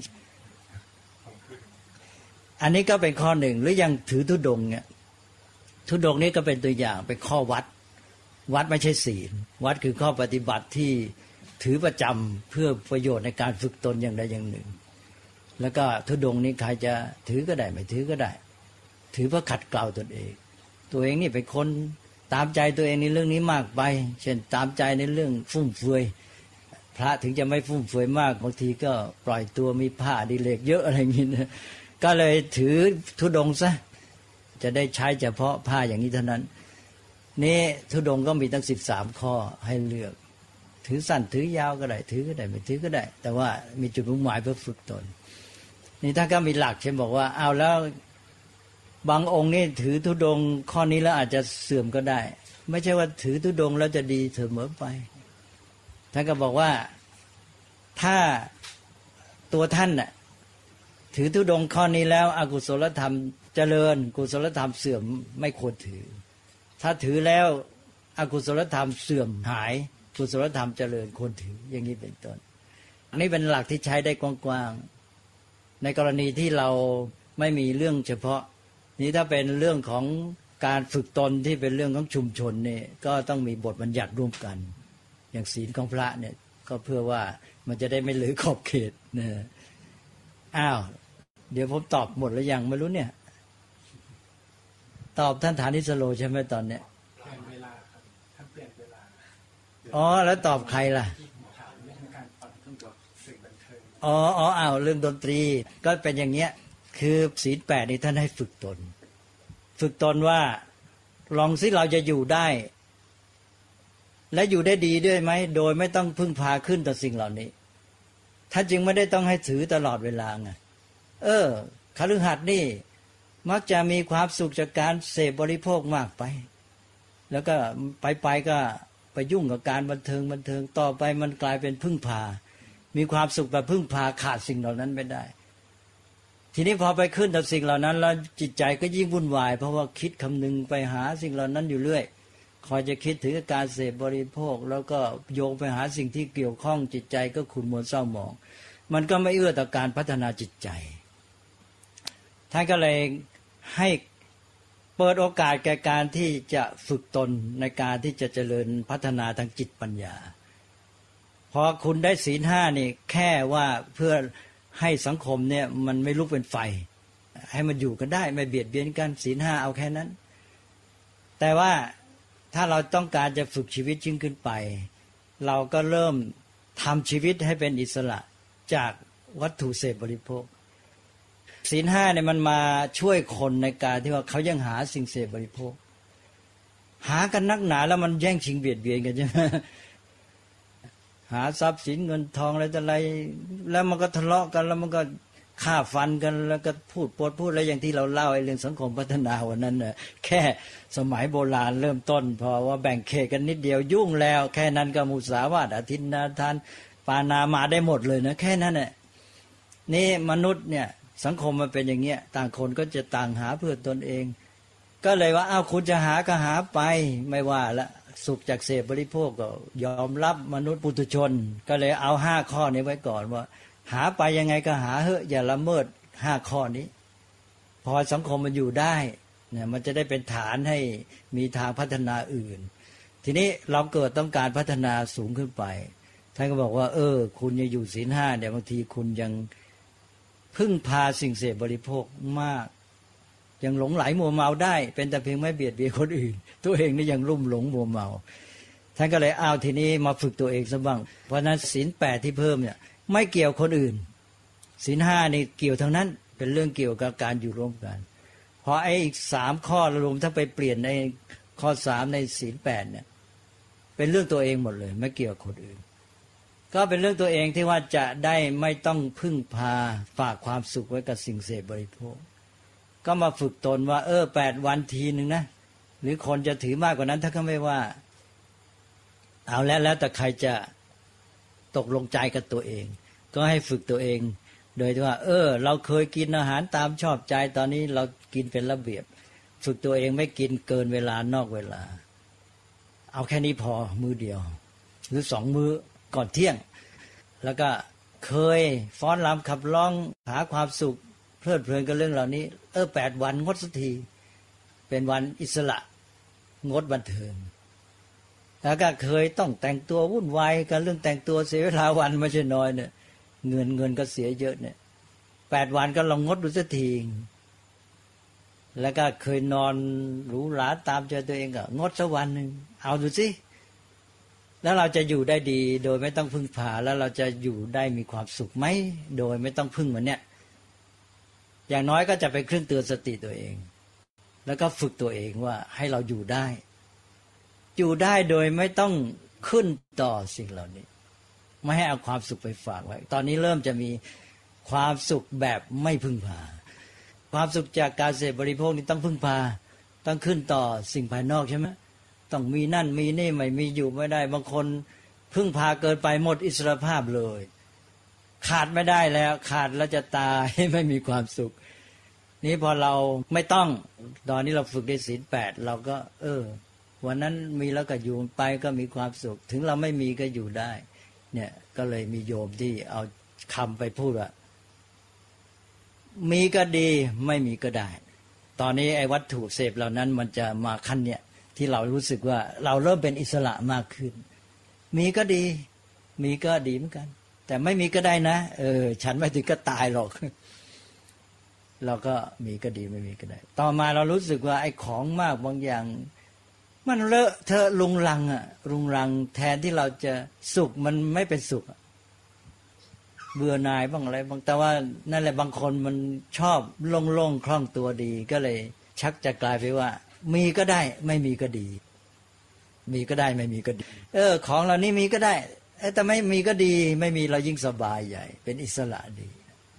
S4: ๆอันนี้ก็เป็นข้อหนึ่งหรือยังถือธุดงค์เนี่ยธุดงค์นี้ก็เป็นตัวอย่างเป็นข้อวัดไม่ใช่ศีลวัดคือข้อปฏิบัติที่ถือประจำเพื่อประโยชน์ในการฝึกตนอย่างใดอย่างหนึ่งแล้วก็ธุดงค์นี้ใครจะถือก็ได้ไม่ถือก็ได้ถือเพื่อขัดเกลาตนเองตัวเองนี่เป็นคนตามใจตัวเองในเรื่องนี้มากไปเช่นตามใจในเรื่องฟุ่มเฟือยพระถึงจะไม่ฟุ่มเฟือยมากบางทีก็ปล่อยตัวมีผ้าดิเลกเยอะอะไรอย่างนี้นะก็เลยถือธุดงค์ซะจะได้ใช้เฉพาะผ้าอย่างนี้เท่านั้นนี่ธุดงค์ก็มีตั้ง13ข้อให้เลือกถือสั้นถือยาวก็ได้ถือก็ได้ไม่ถือก็ได้แต่ว่ามีจุดมุ่งหมายเพื่อฝึกตนนี่ถ้าก็มีหลักเช่นบอกว่าเอาแล้วบางองค์นี่ถือธุดงค์ข้อนี้แล้วอาจจะเสื่อมก็ได้ไม่ใช่ว่าถือธุดงค์แล้วจะดีเสมอไปท่านก็บอกว่าถ้าตัวท่านน่ะถือธุดงค์ข้อนี้แล้วอกุศลธรรมเจริญกุศลธรรมเสื่อมไม่ควรถือถ้าถือแล้วอกุศลธรรมเสื่อมหายกุศลธรรมเจริญควรถืออย่างนี้เป็นต้นอันนี้เป็นหลักที่ใช้ได้กว้างๆในกรณีที่เราไม่มีเรื่องเฉพาะนี้ถ้าเป็นเรื่องของการฝึกตนที่เป็นเรื่องของชุมชนเนี่ยก็ต้องมีบทบัญญัติร่วมกันอย่างศีลของพระเนี่ยก็เพื่อว่ามันจะได้ไม่เลยขอบเขตนะอ้าวเดี๋ยวผมตอบหมดแล้วยังไม่รู้เนี่ยตอบท่านฐานิสโลใช่ไหมตอนเนี้ยเปลี่ยนเวลาครับท่านเปลี่ยนเวลาอ๋อแล้วตอบใครล่ะอ๋ออ้าวเรื่องดนตรีก็เป็นอย่างเงี้ยคือศีล8นี่ท่านให้ฝึกตนว่าลองสิเราจะอยู่ได้และอยู่ได้ดีด้วยไหมโดยไม่ต้องพึ่งพาขึ้นต่อสิ่งเหล่านี้ท่านจึงไม่ได้ต้องให้ถือตลอดเวลาไงคฤหัสถ์นี่มักจะมีความสุขจากการเสพบริโภคมากไปแล้วก็ไปก็ไปยุ่งกับการบันเทิงต่อไปมันกลายเป็นพึ่งพามีความสุขแบบพึ่งพาขาดสิ่งเหล่านั้นไม่ได้ทีนี้พอไปขึ้นต่อสิ่งเหล่านั้นแล้วจิตใจก็ยิ่งวุ่นวายเพราะว่าคิดคำนึงไปหาสิ่งเหล่านั้นอยู่เรื่อยคอยจะคิดถึงการเสพบริโภคแล้วก็โยงไปหาสิ่งที่เกี่ยวข้องจิตใจก็ขุ่นมัวเศร้าหมองมันก็ไม่เอื้อต่อการพัฒนาจิตใจท่านก็เลยให้เปิดโอกาสแก่การที่จะฝึกตนในการที่จะเจริญพัฒนาทางจิตปัญญาพอคุณได้ศีล5นี่แค่ว่าเพื่อให้สังคมเนี่ยมันไม่ลุกเป็นไฟให้มันอยู่กันได้ไม่เบียดเบียนกันศีล5เอาแค่นั้นแต่ว่าถ้าเราต้องการจะฝึกชีวิตยิ่งขึ้นไปเราก็เริ่มทำชีวิตให้เป็นอิสระจากวัตถุเสพบริโภคศีล5เนี่ยมันมาช่วยคนในการที่ว่าเขายังหาสิ่งเสพบริโภคหากันนักหนาแล้วมันแย่งชิงเบียดเบียนกันใช่ไหมหาทรัพย์สินเงินทองอะไรแล้วมันก็ทะเลาะกันแล้วมันก็ฆ่าฟันกันแล้วก็พูดอะไรอย่างที่เราเล่าไอ้เรื่องสังคมพัฒนาวันนั้นน่ะแค่สมัยโบราณเริ่มต้นพอว่าแบ่งเขตกันนิดเดียวยุ่งแล้วแค่นั้นก็มุสาวาทอทินนาทานปานามาได้หมดเลยนะแค่นั้นน่ะนี่มนุษย์เนี่ยสังคมมันเป็นอย่างเงี้ยต่างคนก็จะต่างหาเพื่อตนเองก็เลยว่าคุณจะหาก็หาไปไม่ว่าละสุขจากเสพบริโภคก็ยอมรับมนุษย์ปุถุชนก็เลยเอา5ข้อนี้ไว้ก่อนว่าหาไปยังไงก็หาเถอะอย่าละเมิด5ข้อนี้พอสังคมมันอยู่ได้เนี่ยมันจะได้เป็นฐานให้มีทางพัฒนาอื่นทีนี้เราเกิดต้องการพัฒนาสูงขึ้นไปท่านก็บอกว่าคุณยังอยู่ศีล5เดี๋ยวบางทีคุณยังพึ่งพาสิ่งเสพบริโภคมากยังหลงไหลมัวเมาได้เป็นแต่เพียงไม่เบียดเบียนคนอื่นตัวเองนี่ยังลุ่มหลงมัวเมาท่านก็เลยเอาทีนี้มาฝึกตัวเองซะบ้างเพราะนั้นศีล8ที่เพิ่มเนี่ยไม่เกี่ยวคนอื่นศีล5นี่เกี่ยวทั้งนั้นเป็นเรื่องเกี่ยวกับการอยู่ร่วมกันพอไอ้อีก3 ข้อรวมถ้าไปเปลี่ยนในข้อ3ในศีล8เนี่ยเป็นเรื่องตัวเองหมดเลยไม่เกี่ยวกับคนอื่นก็เป็นเรื่องตัวเองที่ว่าจะได้ไม่ต้องพึ่งพาฝากความสุขไว้กับสิ่งเสพบริโภคก็มาฝึกตนว่า8 วันทีนึงนะหรือคนจะถือมากกว่านั้นถ้าเขาไม่ว่าเอาแล้วแต่ใครจะตกลงใจกับตัวเองก็ให้ฝึกตัวเองโดยที่ว่าเราเคยกินอาหารตามชอบใจตอนนี้เรากินเป็นระเบียบฝึกตัวเองไม่กินเกินเวลานอกเวลาเอาแค่นี้พอมื้อเดียวหรือ2 มื้อก่อนเที่ยงแล้วก็เคยฟ้อนรำขับร้องหาความสุขเพลิดเพลินกับเรื่องเหล่านี้8 วันงดสักทีเป็นวันอิสระงดบันเทิงแล้วก็เคยต้องแต่งตัววุ่นวายกับเรื่องแต่งตัวเสียเวลาวันไม่ใช่น้อยเนี่ยเงินก็เสียเยอะเนี่ย8 วันก็ลองงดดูสักทีแล้วก็เคยนอนหรูหราตามใจตัวเองก็งดสักวันนึงเอาดูสิแล้วเราจะอยู่ได้ดีโดยไม่ต้องพึ่งพาแล้วเราจะอยู่ได้มีความสุขไหมโดยไม่ต้องพึ่งมันเนี่ยอย่างน้อยก็จะไปเครื่องเตือนสติตัวเองแล้วก็ฝึกตัวเองว่าให้เราอยู่ได้โดยไม่ต้องขึ้นต่อสิ่งเหล่านี้ไม่ให้เอาความสุขไปฝากไว้ตอนนี้เริ่มจะมีความสุขแบบไม่พึ่งพาความสุขจากการเสพบริโภคนี่ต้องพึ่งพาต้องขึ้นต่อสิ่งภายนอกใช่ไหมต้องมีนั่นมีนี่ไม่มีอยู่ไม่ได้บางคนพึ่งพาเกินไปหมดอิสรภาพเลยขาดไม่ได้แล้วขาดแล้วจะตายไม่มีความสุขนี้พอเราไม่ต้องตอนนี้เราฝึกได้ศีล8เราก็วันนั้นมีแล้วก็อยู่ไปก็มีความสุขถึงเราไม่มีก็อยู่ได้เนี่ยก็เลยมีโยมที่เอาคำไปพูดว่ามีก็ดีไม่มีก็ได้ตอนนี้ไอ้วัตถุเสพเหล่านั้นมันจะมาขั้นเนี่ยที่เรารู้สึกว่าเราเริ่มเป็นอิสระมากขึ้นมีก็ดีเหมือนกันแต่ไม่มีก็ได้นะฉันไม่ถึงก็ตายหรอกเราก็มีก็ดีไม่มีก็ได้ต่อมาเรารู้สึกว่าไอ้ของมากบางอย่างมันเลอะเทอะรุงรังแทนที่เราจะสุขมันไม่เป็นสุขเบื่อหน่ายบ้างอะไรบางแต่ว่านั่นแหละบางคนมันชอบโล่งๆคล่องตัวดีก็เลยชักจะกลายไปว่ามีก็ได้ไม่มีก็ดีมีก็ได้ไม่มีก็ดีของเหล่านี้มีก็ได้แต่ไม่มีก็ดีไม่มีเรายิ่งสบายใหญ่เป็นอิสระดี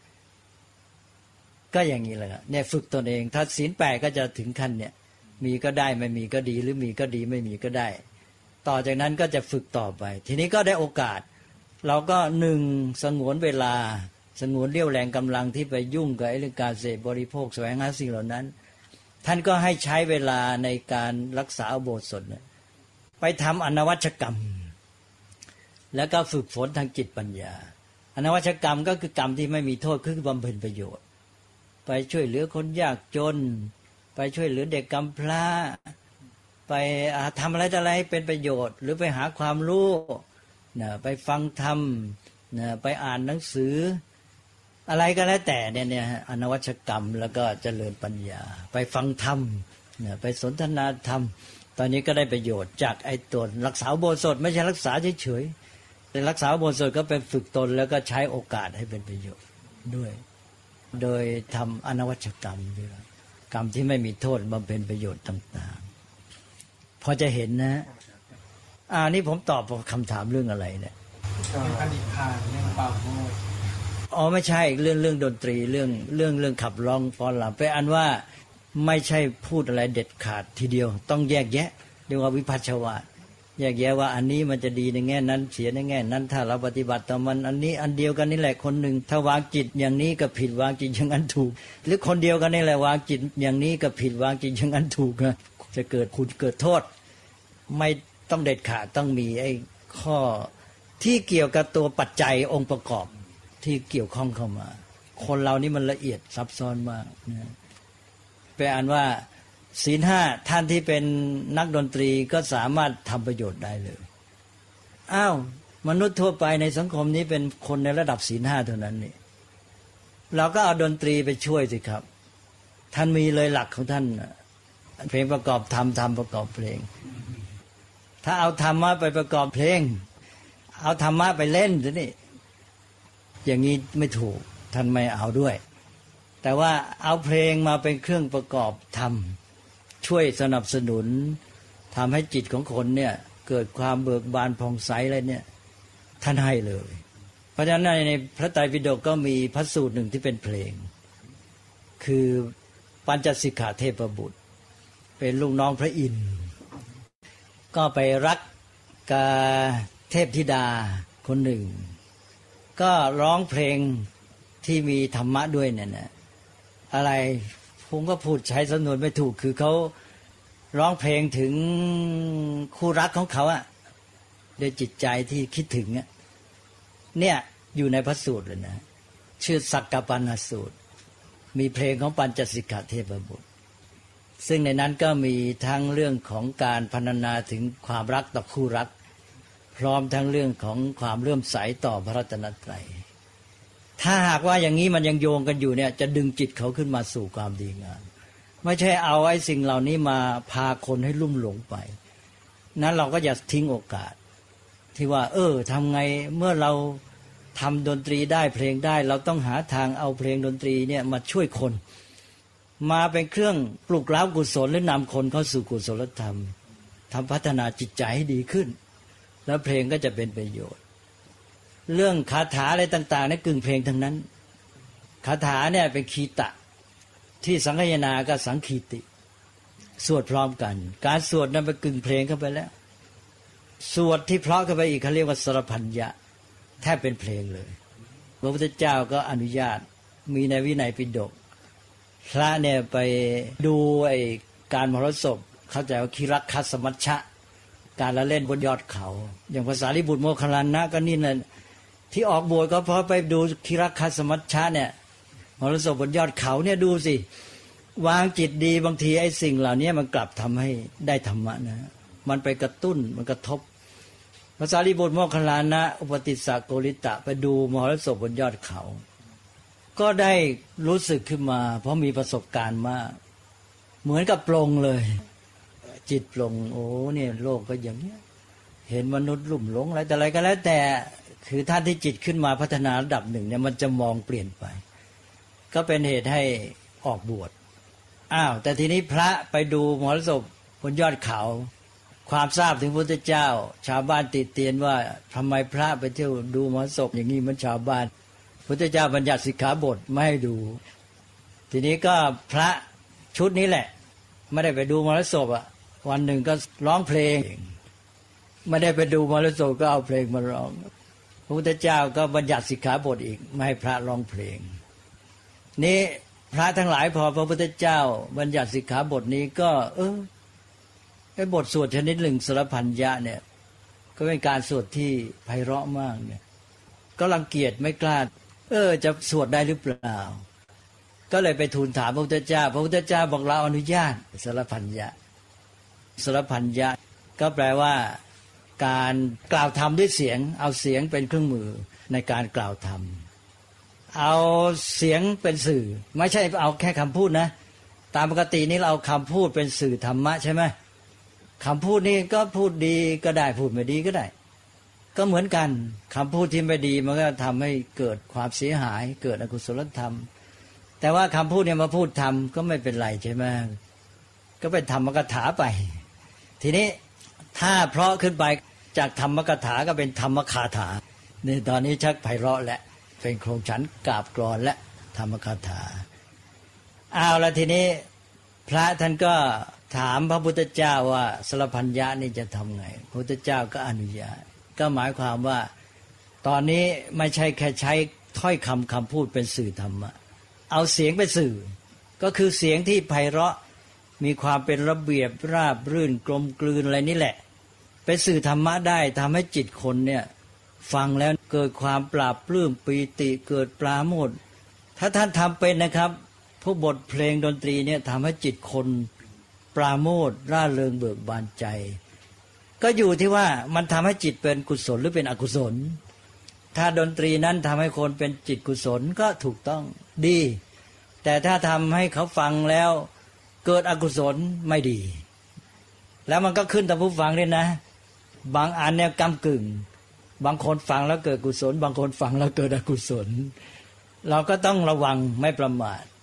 S4: ก็อย่างนี้แหละเนี่ยฝึกตนเองถ้าศีล8ก็จะถึงขั้นเนี่ยมีก็ได้ไม่มีก็ดีหรือมีก็ดีไม่มีก็ได้ต่อจากนั้นก็จะฝึกต่อไปทีนี้ก็ได้โอกาสเราก็1สงวนเวลาสงวนเรี่ยวแรงกำลังที่ไปยุ่งกับเรื่องการเสพบริโภคแสวงหาสิ่งเหล่านั้นท่านก็ให้ใช้เวลาในการรักษาอุโบสถไปทำอนวัชกรรมแล้วก็ฝึกฝนทางจิตปัญญาอนวัชกรรมก็คือกรรมที่ไม่มีโทษคือบำเพ็ญประโยชน์ไปช่วยเหลือคนยากจนไปช่วยเหลือเด็กกำพร้าไปทำอะไรต่ออะไรเป็นประโยชน์หรือไปหาความรู้ไปฟังธรรมไปอ่านหนังสืออะไรก็แล้วแต่เนี่ยอนวัชกรรมแล้วก็เจริญปัญญาไปฟังธรรมไปสนทนาธรรมตอนนี้ก็ได้ประโยชน์จากไอ้ตัวรักษาอุโบสถไม่ใช่รักษาเฉยๆแต่รักษาอุโบสถก็เป็นฝึกตนแล้วก็ใช้โอกาสให้เป็นประโยชน์ด้วยโดยทำอนวัชกรรมด้วยกรรมที่ไม่มีโทษบำเพ็ญประโยชน์ต่างๆพอจะเห็นนะนี่ผมตอบคำถามเรื่องอะไรเนี่ย
S5: เรื่องอนิพพานเรื่องปาโมทย์
S4: ไม่ใช่เรื่องดนตรีเรื่องขับร้องฟ้อนรำเป็นอันว่าไม่ใช่พูดอะไรเด็ดขาดทีเดียวต้องแยกแยะเรียกว่าวิภัชชวาทแยกแยะว่าอันนี้มันจะดีในแง่นั้นเสียในแง่นั้นถ้าเราปฏิบัติต่อมันอันนี้อันเดียวกันนี่แหละคนหนึ่งถ้าวางจิตอย่างนี้ก็ผิดวางจิตอย่างนั้นถูกหรือคนเดียวกันนี่แหละวางจิตอย่างนี้ก็ผิดวางจิตอย่างนั้นถูกนะจะเกิดคุณเกิดโทษไม่ต้องเด็ดขาดต้องมีไอ้ข้อที่เกี่ยวกับตัวปัจจัยองค์ประกอบที่เกี่ยวข้องเข้ามาคนเรานี่มันละเอียดซับซ้อนมากนะแปลว่าศีล5ท่านที่เป็นนักดนตรีก็สามารถทำประโยชน์ได้เลยมนุษย์ทั่วไปในสังคมนี้เป็นคนในระดับศีล5เท่านั้นนี่เราก็เอาดนตรีไปช่วยสิครับท่านมีเลยหลักของท่านเพลงประกอบธรรมประกอบเพลงถ้าเอาธรรมะไปประกอบเพลงเอาธรรมะไปเล่นสินี่อย่างนี้ไม่ถูกท่านไม่เอาด้วยแต่ว่าเอาเพลงมาเป็นเครื่องประกอบธรรมช่วยสนับสนุนทำให้จิตของคนเนี่ยเกิดความเบิกบานผ่องใสอะไรเนี่ยท่านให้เลยเพราะฉะนั้นในพระไตรปิฎกก็มีพระสูตรหนึ่งที่เป็นเพลงคือปัญจสิกขาเทพบุตรเป็นลูกน้องพระอินทร์ก็ไปรักกับเทพธิดาคนหนึ่งก็ร้องเพลงที่มีธรรมะด้วยเนี่ยนะอะไรผมก็พูดใช้สำนวนไม่ถูกคือเขาร้องเพลงถึงคู่รักของเขาอะด้วยจิตใจที่คิดถึงอะเนี่ยอยู่ในพระสูตรเลยนะชื่อสักกปันนสูตรมีเพลงของปัญจสิกขาเทพบุตรซึ่งในนั้นก็มีทั้งเรื่องของการพรรณนาถึงความรักต่อคู่รักพร้อมทั้งเรื่องของความเลื่อมใสต่อพระรัตนตรัยถ้าหากว่าอย่างนี้มันยังโยงกันอยู่เนี่ยจะดึงจิตเขาขึ้นมาสู่ความดีงามไม่ใช่เอาไอ้สิ่งเหล่านี้มาพาคนให้ลุ่มหลงไปนั้นเราก็อย่าทิ้งโอกาสที่ว่าทำไงเมื่อเราทำดนตรีได้เพลงได้เราต้องหาทางเอาเพลงดนตรีเนี่ยมาช่วยคนมาเป็นเครื่องปลุกเร้ากุศลหรือนำคนเข้าสู่กุศลธรรมทำพัฒนาจิตใจให้ดีขึ้นแล้วเพลงก็จะเป็นประโยชน์เรื่องคาถาอะไรต่างๆนี่กึ่งเพลงทั้งนั้นคาถาเนี่ยเป็นคีตะที่สังคายนากับสังคีติสวดพร้อมกันการสวดนั้นเป็นกึ่งเพลงเข้าไปแล้วสวดที่เพราะเข้าไปอีกเขาเรียกว่าสรพัญญะแทบเป็นเพลงเลยพระพุทธเจ้าก็อนุญาตมีในวินัยปิฎกพระเนี่ยไปดูไอ้การมหรสพเข้าใจว่าคิรักคัสมัชชะการละเล่นบนยอดเขาอย่างภาษาลิบุตรโมคคัลลานะก็นี่นั่นที่ออกบวชก็เพราะไปดูคิรักคัสมัชชะเนี่ยมหรสพบนยอดเขาเนี่ยดูสิวางจิตดีบางทีไอ้สิ่งเหล่านี้มันกลับทำให้ได้ธรรมะนะมันไปกระตุ้นมันกระทบภาษาลิบุตรโมคคัลลานะอุปติสสะโกริตะไปดูมหรสพบนยอดเขาก็ได้รู้สึกขึ้นมาเพราะมีประสบการณ์มากเหมือนกับปลงเลยจิตปลงโอ้เนี่ยโลกก็อย่างเนี้ยเห็นมนุษย์ลุ่มหลงอะไรแต่อะไรก็แล้วแต่คือท่านที่จิตขึ้นมาพัฒนาระดับหนึ่งเนี่ยมันจะมองเปลี่ยนไปก็เป็นเหตุให้ออกบวชแต่ทีนี้พระไปดูมหรสพบนยอดเขาความทราบถึงพระพุทธเจ้าชาวบ้านติเตียนว่าทำไมพระไปเที่ยวดูมหรสพอย่างนี้มันชาวบ้านพุทธเจ้าบัญญัติสิกขาบทไม่ให้ดูทีนี้ก็พระชุดนี้แหละไม่ได้ไปดูมหรสพวันหนึ่งก็ร้องเพลงไม่ได้ไปดูมหรสพก็เอาเพลงมาร้องพระพุทธเจ้าก็บัญญัติสิกขาบทอีกไม่ให้พระร้องเพลงนี้พระทั้งหลายพอพระพุทธเจ้าบัญญัติสิกขาบทนี้ก็ไอ้บทสวดชนิดหนึ่งสรพัญญะเนี่ยก็เป็นการสวดที่ไพเราะมากเนี่ยก็รังเกียจไม่กล้าจะสวดได้หรือเปล่าก็เลยไปทูลถามพระพุทธเจ้าพระพุทธเจ้าบอกเราอนุญาตสรพัญญะสรพัญญะก็แปลว่าการกล่าวธรรมด้วยเสียงเอาเสียงเป็นเครื่องมือในการกล่าวธรรมเอาเสียงเป็นสื่อไม่ใช่เอาแค่คำพูดนะตามปกตินี้เราเอาคำพูดเป็นสื่อธรรมะใช่ไหมคำพูดนี้ก็พูดดีก็ได้พูดไม่ดีก็ได้ก็เหมือนกันคำพูดที่ไม่ดีมันก็ทำให้เกิดความเสียหายเกิดอกุศลธรรมแต่ว่าคำพูดเนี่ยมาพูดธรรมก็ไม่เป็นไรใช่ไหมก็เป็นธรรมกถาไปทีนี้ถ้าเพราะขึ้นไปจากธรรมกถาก็เป็นธรรมคาถาในตอนนี้ชักไพเราะและเป็นโครงฉันกราบกรอนและธรรมคาถาแล้วทีนี้พระท่านก็ถามพระพุทธเจ้าว่าสรพัญญะนี่จะทำไงพระพุทธเจ้าก็อนุญาตก็หมายความว่าตอนนี้ไม่ใช่แค่ใช้ถ้อยคำพูดเป็นสื่อธรรมะเอาเสียงเป็นสื่อก็คือเสียงที่ไพเราะมีความเป็นระเบียบราบรื่นกลมกลืนอะไรนี่แหละเป็นสื่อธรรมะได้ทำให้จิตคนเนี่ยฟังแล้วเกิดความปราบปลื้มปีติเกิดปราโมทย์ถ้าท่านทำเป็นนะครับพวกบทเพลงดนตรีเนี่ยทำให้จิตคนปราโมทย์ร่าเริงเบิกบานใจก็อยู่ที่ว่ามันทำให้จิตเป็นกุศลหรือเป็นอกุศลถ้าดนตรีนั้นทำให้คนเป็นจิตกุศลก็ถูกต้องดีแต่ถ้าทำให้เขาฟังแล้วเกิดอกุศลไม่ดีแล้วมันก็ขึ้นตามผู้ฟังด้วยนะบางอันเนี่ยก้ำกึ่งบางคนฟังแล้วเกิดกุศลบางคนฟังแล้วเกิดอกุศลเราก็ต้องระวังไม่ประมาท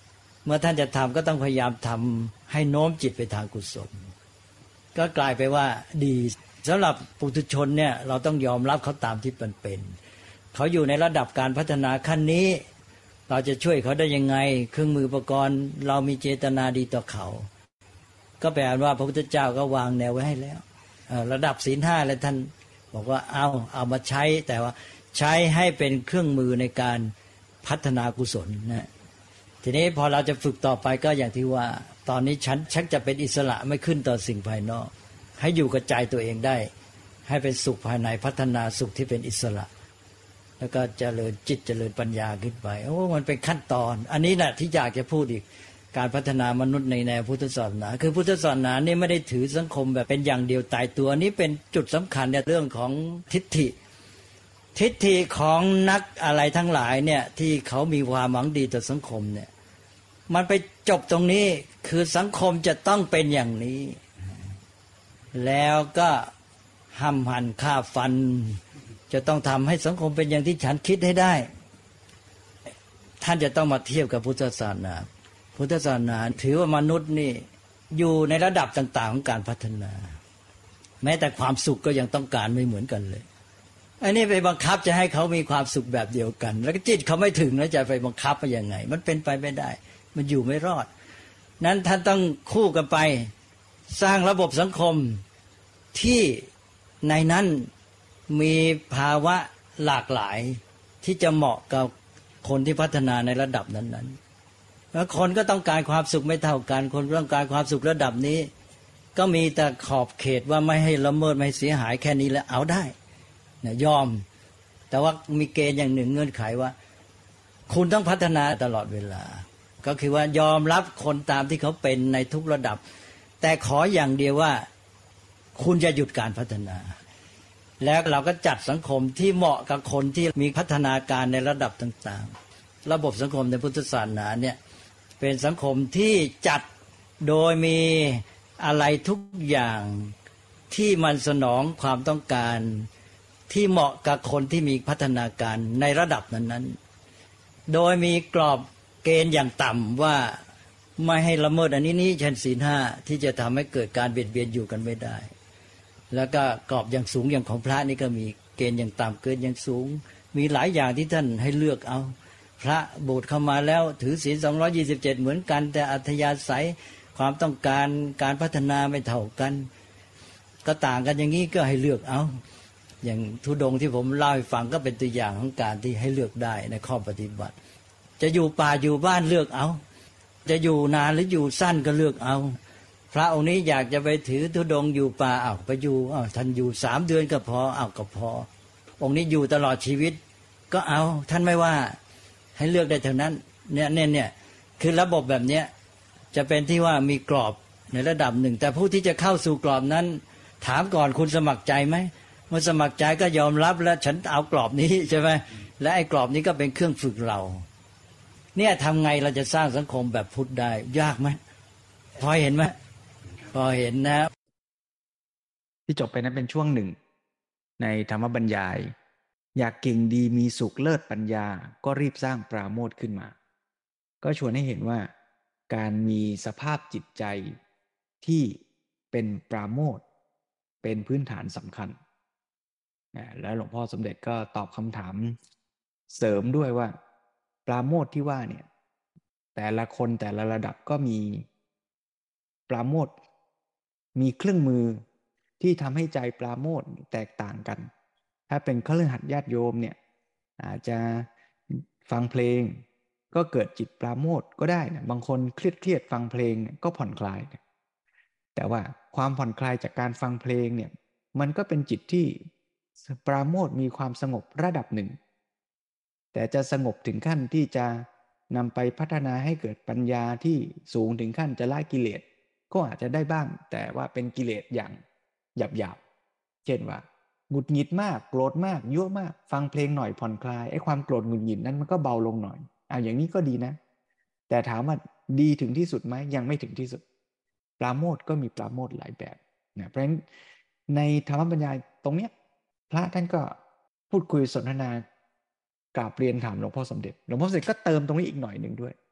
S4: เมื่อท่านจะทำก็ต้องพยายามทำให้โน้มจิตไปทางกุศลก็กลายไปว่าดีสำหรับปุถุชนเนี่ยเราต้องยอมรับเขาตามที่เป็นเขาอยู่ในระดับการพัฒนาขั้นนี้เราจะช่วยเขาได้ยังไงเครื่องมืออุปกรณ์เรามีเจตนาดีต่อเขาก็แปลว่าพระพุทธเจ้าก็วางแนวไว้ให้แล้วระดับศีลห้าแล้วท่านบอกว่าเอามาใช้แต่ว่าใช้ให้เป็นเครื่องมือในการพัฒนากุศลนะทีนี้พอเราจะฝึกต่อไปก็อย่างที่ว่าตอนนี้ฉันชักจะเป็นอิสระไม่ขึ้นต่อสิ่งภายนอกให้อยู่กับใจตัวเองได้ให้เป็นสุขภายในพัฒนาสุขที่เป็นอิสระแล้วก็เจริญจิตเจริญปัญญาขึ้นไปมันเป็นขั้นตอนอันนี้แหละที่อยากจะพูดอีกการพัฒนามนุษย์ในแนวพุทธศาสนาคือพุทธศาสนานี่ไม่ได้ถือสังคมแบบเป็นอย่างเดียวตายตัวนี้เป็นจุดสำคัญในเรื่องของทิฏฐิของนักอะไรทั้งหลายเนี่ยที่เขามีความหวังดีต่อสังคมเนี่ยมันไปจบตรงนี้คือสังคมจะต้องเป็นอย่างนี้แล้วก็ห้ำหั่นฆ่าฟันจะต้องทำให้สังคมเป็นอย่างที่ฉันคิดให้ได้ท่านจะต้องมาเทียบกับพุทธศาสนาพุทธศาสนาถือว่ามนุษย์นี่อยู่ในระดับต่างๆของการพัฒนาแม้แต่ความสุขก็ยังต้องการไม่เหมือนกันเลยอันนี้ไปบังคับจะให้เขามีความสุขแบบเดียวกันแล้วก็จิตเขาไม่ถึงแล้วจะไปบังคับไปยังไงมันเป็นไปไม่ได้มันอยู่ไม่รอดนั้นท่านต้องคู่กันไปสร้างระบบสังคมที่ในนั้นมีภาวะหลากหลายที่จะเหมาะกับคนที่พัฒนาในระดับนั้นๆแล้วคนก็ต้องการความสุขไม่เท่ากันคนต้องการความสุขระดับนี้ก็มีแต่ขอบเขตว่าไม่ให้ละเมิดไม่ให้เสียหายแค่นี้แล้วเอาได้นะยอมแต่ว่ามีเกณฑ์อย่างหนึ่งเงื่อนไขว่าคุณต้องพัฒนาตลอดเวลาก็คือว่ายอมรับคนตามที่เขาเป็นในทุกระดับแต่ขออย่างเดียวว่าคุณจะหยุดการพัฒนาแล้วเราก็จัดสังคมที่เหมาะกับคนที่มีพัฒนาการในระดับต่างๆระบบสังคมในพุทธศาสนาเนี่ยเป็นสังคมที่จัดโดยมีอะไรทุกอย่างที่มันสนองความต้องการที่เหมาะกับคนที่มีพัฒนาการในระดับนั้นๆโดยมีกรอบเกณฑ์อย่างต่ำว่าไม่ให้ละเมิดอันนี้เช่นศีลห้าที่จะทำให้เกิดการเบียดเบียนอยู่กันไม่ได้แล้วก็กรอบอย่างสูงอย่างของพระนี่ก็มีเกณฑ์อย่างต่ำเกินอย่างสูงมีหลายอย่างที่ท่านให้เลือกเอาพระโบสถ์เข้ามาแล้วถือศีล227เหมือนกันแต่อัธยาศัยความต้องการการพัฒนาไม่เท่ากันก็ต่างกันอย่างนี้ก็ให้เลือกเอาอย่างธุดงค์ที่ผมเล่าให้ฟังก็เป็นตัวอย่างของการที่ให้เลือกได้ในข้อปฏิบัติจะอยู่ป่าอยู่บ้านเลือกเอาจะอยู่นานหรืออยู่สั้นก็เลือกเอาพระองค์นี้อยากจะไปถือธุดงค์อยู่ป่าไปอยู่ท่านอยู่3 เดือนก็พอก็พอองค์นี้อยู่ตลอดชีวิตก็เอาท่านไม่ว่าให้เลือกได้เท่านั้นเนี่ยคือระบบแบบเนี้ยจะเป็นที่ว่ามีกรอบในระดับหนึ่งแต่ผู้ที่จะเข้าสู่กรอบนั้นถามก่อนคุณสมัครใจไหมเมื่อสมัครใจก็ยอมรับแล้วฉันเอากรอบนี้ใช่ไหมและไอ้กรอบนี้ก็เป็นเครื่องฝึกเราเนี่ยทำไงเราจะสร้างสังคมแบบพุทธได้ยากไหมพอเห็นไหมพอเห็นนะ
S2: ที่จบไปนั้นเป็นช่วงหนึ่งในธรรมบรรยายอยากเก่งดีมีสุขเลิศปัญญาก็รีบสร้างปราโมทย์ขึ้นมาก็ชวนให้เห็นว่าการมีสภาพจิตใจที่เป็นปราโมทย์เป็นพื้นฐานสำคัญแล้วหลวงพ่อสมเด็จก็ตอบคำถามเสริมด้วยว่าปราโมทย์ที่ว่าเนี่ยแต่ละคนแต่ละระดับก็มีปราโมทย์มีเครื่องมือที่ทำให้ใจปราโมทย์แตกต่างกันถ้าเป็นคฤหัสถ์ญาติโยมเนี่ยอาจจะฟังเพลงก็เกิดจิตปราโมทย์ก็ได้นะบางคนเครียดฟังเพลงก็ผ่อนคลายแต่ว่าความผ่อนคลายจากการฟังเพลงเนี่ยมันก็เป็นจิตที่ปราโมทย์มีความสงบระดับหนึ่งแต่จะสงบถึงขั้นที่จะนำไปพัฒนาให้เกิดปัญญาที่สูงถึงขั้นจะละกิเลสก็อาจจะได้บ้างแต่ว่าเป็นกิเลสอย่างหยาบๆเช่นว่าหงุดหงิดมากโกรธมากยั่วมากฟังเพลงหน่อยผ่อนคลายไอ้ความโกรธหงุดหงิดนั้นมันก็เบาลงหน่อยอย่างนี้ก็ดีนะแต่ถามว่าดีถึงที่สุดไหมยังไม่ถึงที่สุดปราโมทย์ก็มีปราโมทย์หลายแบบนะเพราะฉะนั้นในธรรมบรรยายตรงเนี้ยพระท่านก็พูดคุยสนทนากราบเรียนถามหลวงพ่อสมเด็จหลวงพ่อสมเด็จก็เติมตรงนี้อีกหน่อยหนึ่งด้วย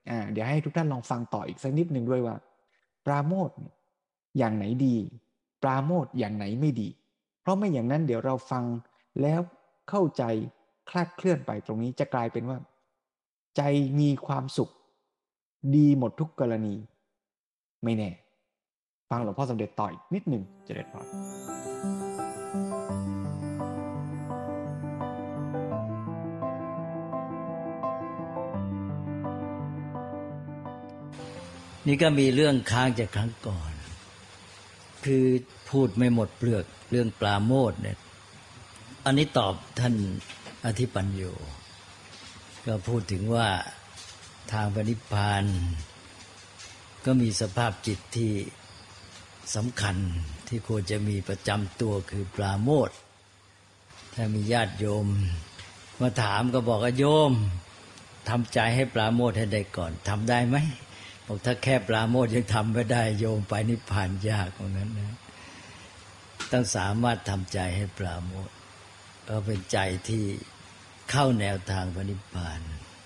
S2: เดี๋ยวให้ทุกท่านลองฟังต่ออีกสักนิดหนึ่งด้วยว่าปราโมทย์อย่างไหนดีปราโมทย์อย่างไหนไม่ดี เพราะไม่อย่างนั้นเดี๋ยวเราฟังแล้วเข้าใจคลาดเคลื่อนไปตรงนี้จะกลายเป็นว่า ใจมีความสุขดีหมดทุกกรณี ไม่แน่ฟังหลวงพ่อสมเด็จต่ออีกนิดหนึ่งจะได้พอ
S4: นี่ก็มีเรื่องค้างจากครั้งก่อน คือพูดไม่หมดเปลือกเรื่องปราโมทย์เนี่ยอันนี้ตอบท่านอธิปัญโยก็พูดถึงว่าทางพระนิพพานก็มีสภาพจิตที่สำคัญที่ควรจะมีประจำตัวคือปราโมทย์ถ้ามีญาติโยมมาถามก็บอกว่าโยมทำใจให้ปราโมทย์ให้ได้ก่อนทำได้ไหมบอกถ้าแค่ปราโมทย์ยังทำไม่ได้โยมไปนิพพานยากตรงนั้นนะต้องสามารถทำใจให้ปราโมทย์ก็เป็นใจที่เข้าแนวทางพระนิพพาน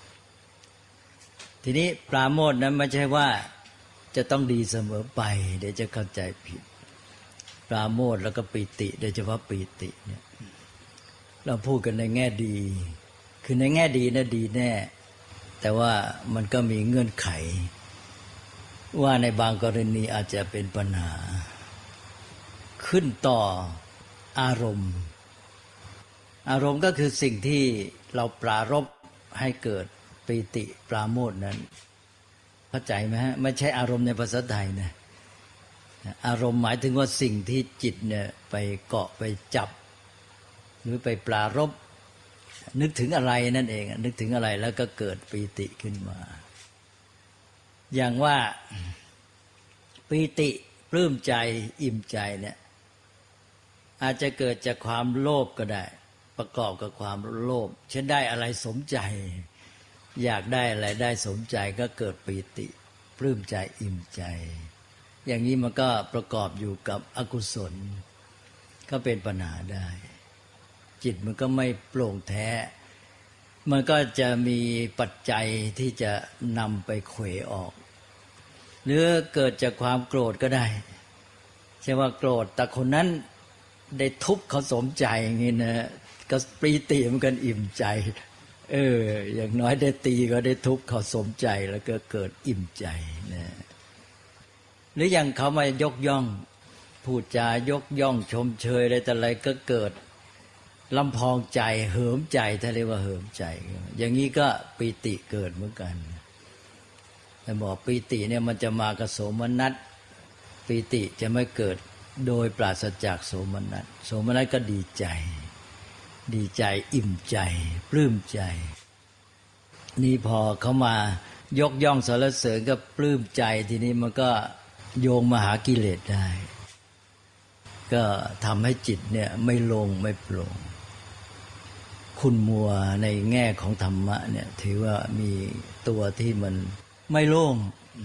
S4: ทีนี้ปราโมทย์นั้นไม่ใช่ว่าจะต้องดีเสมอไปเดี๋ยวจะเข้าใจผิดปราโมทย์แล้วก็ปีติโดยเฉพาะปีติเนี่ยเราพูดกันในแง่ดีคือในแง่ดีนะดีแน่แต่ว่ามันก็มีเงื่อนไขว่าในบางกรณีอาจจะเป็นปัญหาขึ้นต่ออารมณ์ก็คือสิ่งที่เราปรารภให้เกิดปีติปราโมทย์นั้นเข้าใจไหมฮะไม่ใช่อารมณ์ในภาษาไทยนะอารมณ์หมายถึงว่าสิ่งที่จิตเนี่ยไปเกาะไปจับหรือไปปรารภนึกถึงอะไรนั่นเองนึกถึงอะไรแล้วก็เกิดปีติขึ้นมาอย่างว่าปีติปลื้มใจอิ่มใจเนี่ยอาจจะเกิดจากความโลภก็ได้ประกอบกับความโลภเช่นได้อะไรสมใจอยากได้อะไรได้สมใจก็เกิดปีติปลื้มใจอิ่มใจอย่างนี้มันก็ประกอบอยู่กับอกุศลก็เป็นปัญหาได้จิตมันก็ไม่โปร่งแท้มันก็จะมีปัจจัยที่จะนำไปเขวออกหรือเกิดจากความโกรธก็ได้ใช่ว่าโกรธแต่คนนั้นได้ทุบเขาสมใจอย่างนี้นะก็ปีติมันกันอิ่มใจอย่างน้อยได้ตีก็ได้ทุบเขาสมใจแล้วก็เกิดอิ่มใจนะหรืออย่างเขามายกย่องพูดจายกย่องชมเชยอะไรแต่อะไรก็เกิดลำพองใจเหิมใจถ้าเรียกว่าเหิมใจอย่างนี้ก็ปีติเกิดเหมือนกันแต่บอกปีติเนี่ยมันจะมากับโสมนัสปีติจะไม่เกิดโดยปราศจากโสมนัสโสมนัสก็ดีใจอิ่มใจปลื้มใจนี่พอเขามายกย่องสรรเสริญก็ปลื้มใจทีนี้มันก็โยงมาหากิเลสได้ก็ทำให้จิตเนี่ยไม่ลงไม่โปร่งคุณมัวในแง่ของธรรมะเนี่ยถือว่ามีตัวที่มันไม่โล่ง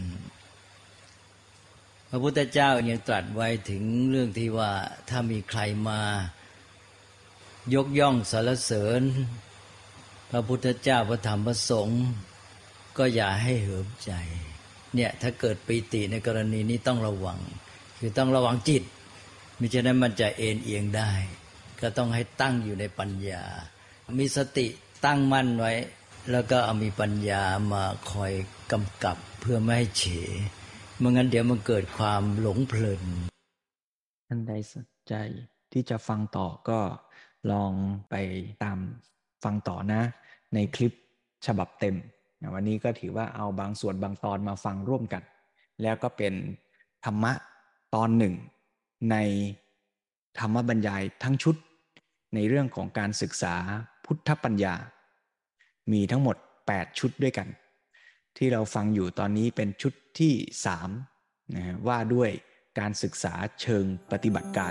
S4: พระพุทธเจ้ายังตรัสไว้ถึงเรื่องที่ว่าถ้ามีใครมายกย่องสรรเสริญพระพุทธเจ้าพระธรรมพระสงฆ์ก็อย่าให้เหิมใจเนี่ยถ้าเกิดปีติในกรณีนี้ต้องระวังคือต้องระวังจิตมิฉะนั้นมันจะเอ็นเอียงได้ก็ต้องให้ตั้งอยู่ในปัญญามีสติตั้งมั่นไว้แล้วก็เอามีปัญญามาคอยกำกับเพื่อไม่ให้เฉไม่งั้นเดี๋ยวมันเกิดความหลงเพลิน
S2: ท่านใดสนใจที่จะฟังต่อก็ลองไปตามฟังต่อนะในคลิปฉบับเต็มวันนี้ก็ถือว่าเอาบางส่วนบางตอนมาฟังร่วมกันแล้วก็เป็นธรรมะตอนหนึ่งในธรรมบรรยายทั้งชุดในเรื่องของการศึกษาพุทธปัญญามีทั้งหมด8ชุดด้วยกันที่เราฟังอยู่ตอนนี้เป็นชุดที่3นะว่าด้วยการศึกษาเชิงปฏิบัติการ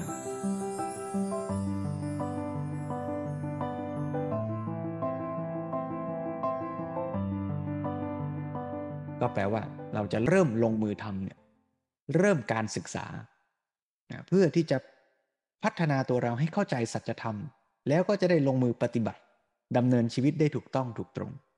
S2: ก็แปลว่าเราจะเริ่มลงมือทำเนี่ยเริ่มการศึกษาเพื่อที่จะพัฒนาตัวเราให้เข้าใจสัจธรรมแล้วก็จะได้ลงมือปฏิบัติดำเนินชีวิตได้ถูกต้องถูกตรง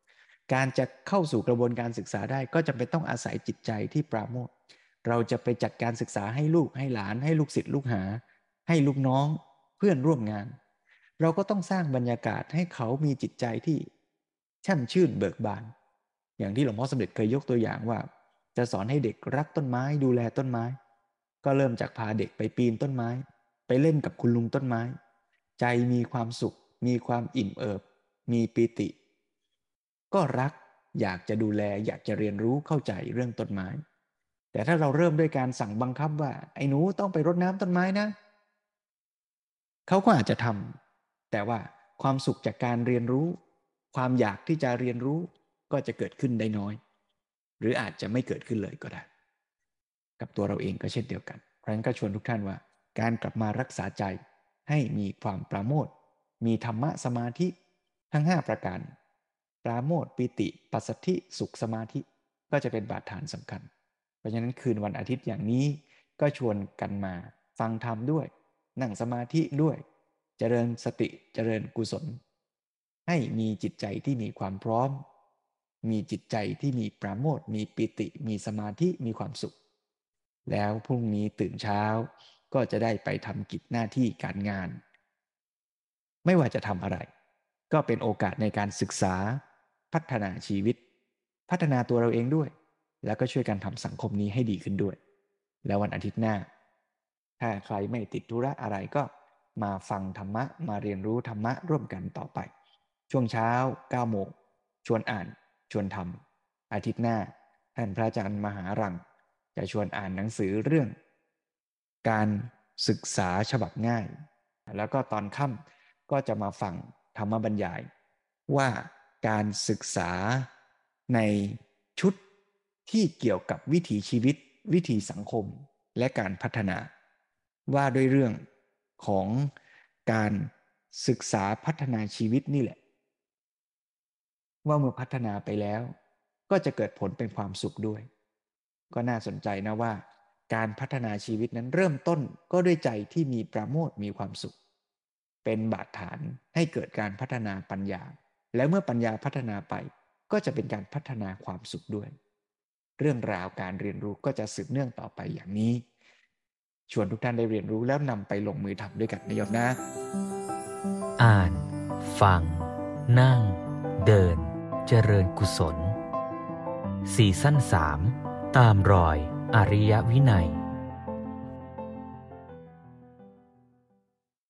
S2: การจะเข้าสู่กระบวนการศึกษาได้ก็จำเป็นต้องอาศัยจิตใจที่ปราโมทย์เราจะไปจัดการศึกษาให้ลูกให้หลานให้ลูกศิษย์ลูกหาให้ลูกน้องเพื่อนร่วมงานเราก็ต้องสร้างบรรยากาศให้เขามีจิตใจที่แช่มชื่นเบิกบานอย่างที่หลวงพ่อสมเด็จเคยยกตัวอย่างว่าจะสอนให้เด็กรักต้นไม้ดูแลต้นไม้ก็เริ่มจากพาเด็กไปปีนต้นไม้ไปเล่นกับคุณลุงต้นไม้ใจมีความสุขมีความอิ่มเอิบมีปีติก็รักอยากจะดูแลอยากจะเรียนรู้เข้าใจเรื่องต้นไม้แต่ถ้าเราเริ่มด้วยการสั่งบังคับว่าไอ้หนูต้องไปรดน้ำต้นไม้นะเขาก็อาจจะทำแต่ว่าความสุขจากการเรียนรู้ความอยากที่จะเรียนรู้ก็จะเกิดขึ้นได้น้อยหรืออาจจะไม่เกิดขึ้นเลยก็ได้กับตัวเราเองก็เช่นเดียวกันเพราะฉะนั้นก็ชวนทุกท่านว่าการกลับมารักษาใจให้มีความปราโมทย์มีธรรมะสมาธิทั้ง5ประการปราโมทย์ปิติปัสสัทธิสุขสมาธิก็จะเป็นบาดฐานสำคัญเพราะฉะนั้นคืนวันอาทิตย์อย่างนี้ก็ชวนกันมาฟังธรรมด้วยนั่งสมาธิด้วยเจริญสติเจริญกุศลให้มีจิตใจที่มีความพร้อมมีจิตใจที่มีปราโมทย์มีปิติมีสมาธิมีความสุขแล้วพรุ่งนี้ตื่นเช้าก็จะได้ไปทำกิจหน้าที่การงานไม่ว่าจะทำอะไรก็เป็นโอกาสในการศึกษาพัฒนาชีวิตพัฒนาตัวเราเองด้วยแล้วก็ช่วยกันทำสังคมนี้ให้ดีขึ้นด้วยแล้ววันอาทิตย์หน้าถ้าใครไม่ติดธุระอะไรก็มาฟังธรรมะมาเรียนรู้ธรรมะร่วมกันต่อไปช่วงเช้า 9 โมงชวนอ่านชวนทำอาทิตย์หน้าท่านพระอาจารย์มหารังจะชวนอ่านหนังสือเรื่องการศึกษาฉบับง่ายแล้วก็ตอนค่ำก็จะมาฟังธรรมบรรยายว่าการศึกษาในชุดที่เกี่ยวกับวิถีชีวิตวิถีสังคมและการพัฒนาว่าด้วยเรื่องของการศึกษาพัฒนาชีวิตนี่แหละว่าเมื่อพัฒนาไปแล้วก็จะเกิดผลเป็นความสุขด้วยก็น่าสนใจนะว่าการพัฒนาชีวิตนั้นเริ่มต้นก็ด้วยใจที่มีปราโมทย์มีความสุขเป็นบาดฐานให้เกิดการพัฒนาปัญญาแล้วเมื่อปัญญาพัฒนาไปก็จะเป็นการพัฒนาความสุขด้วยเรื่องราวการเรียนรู้ก็จะสืบเนื่องต่อไปอย่างนี้ชวนทุกท่านได้เรียนรู้แล้วนำไปลงมือทำด้วยกันนะโยมนะ
S1: อ่านฟังนั่งเดินเจริญกุศลซีซั่น 3ตามรอยอริยวินัย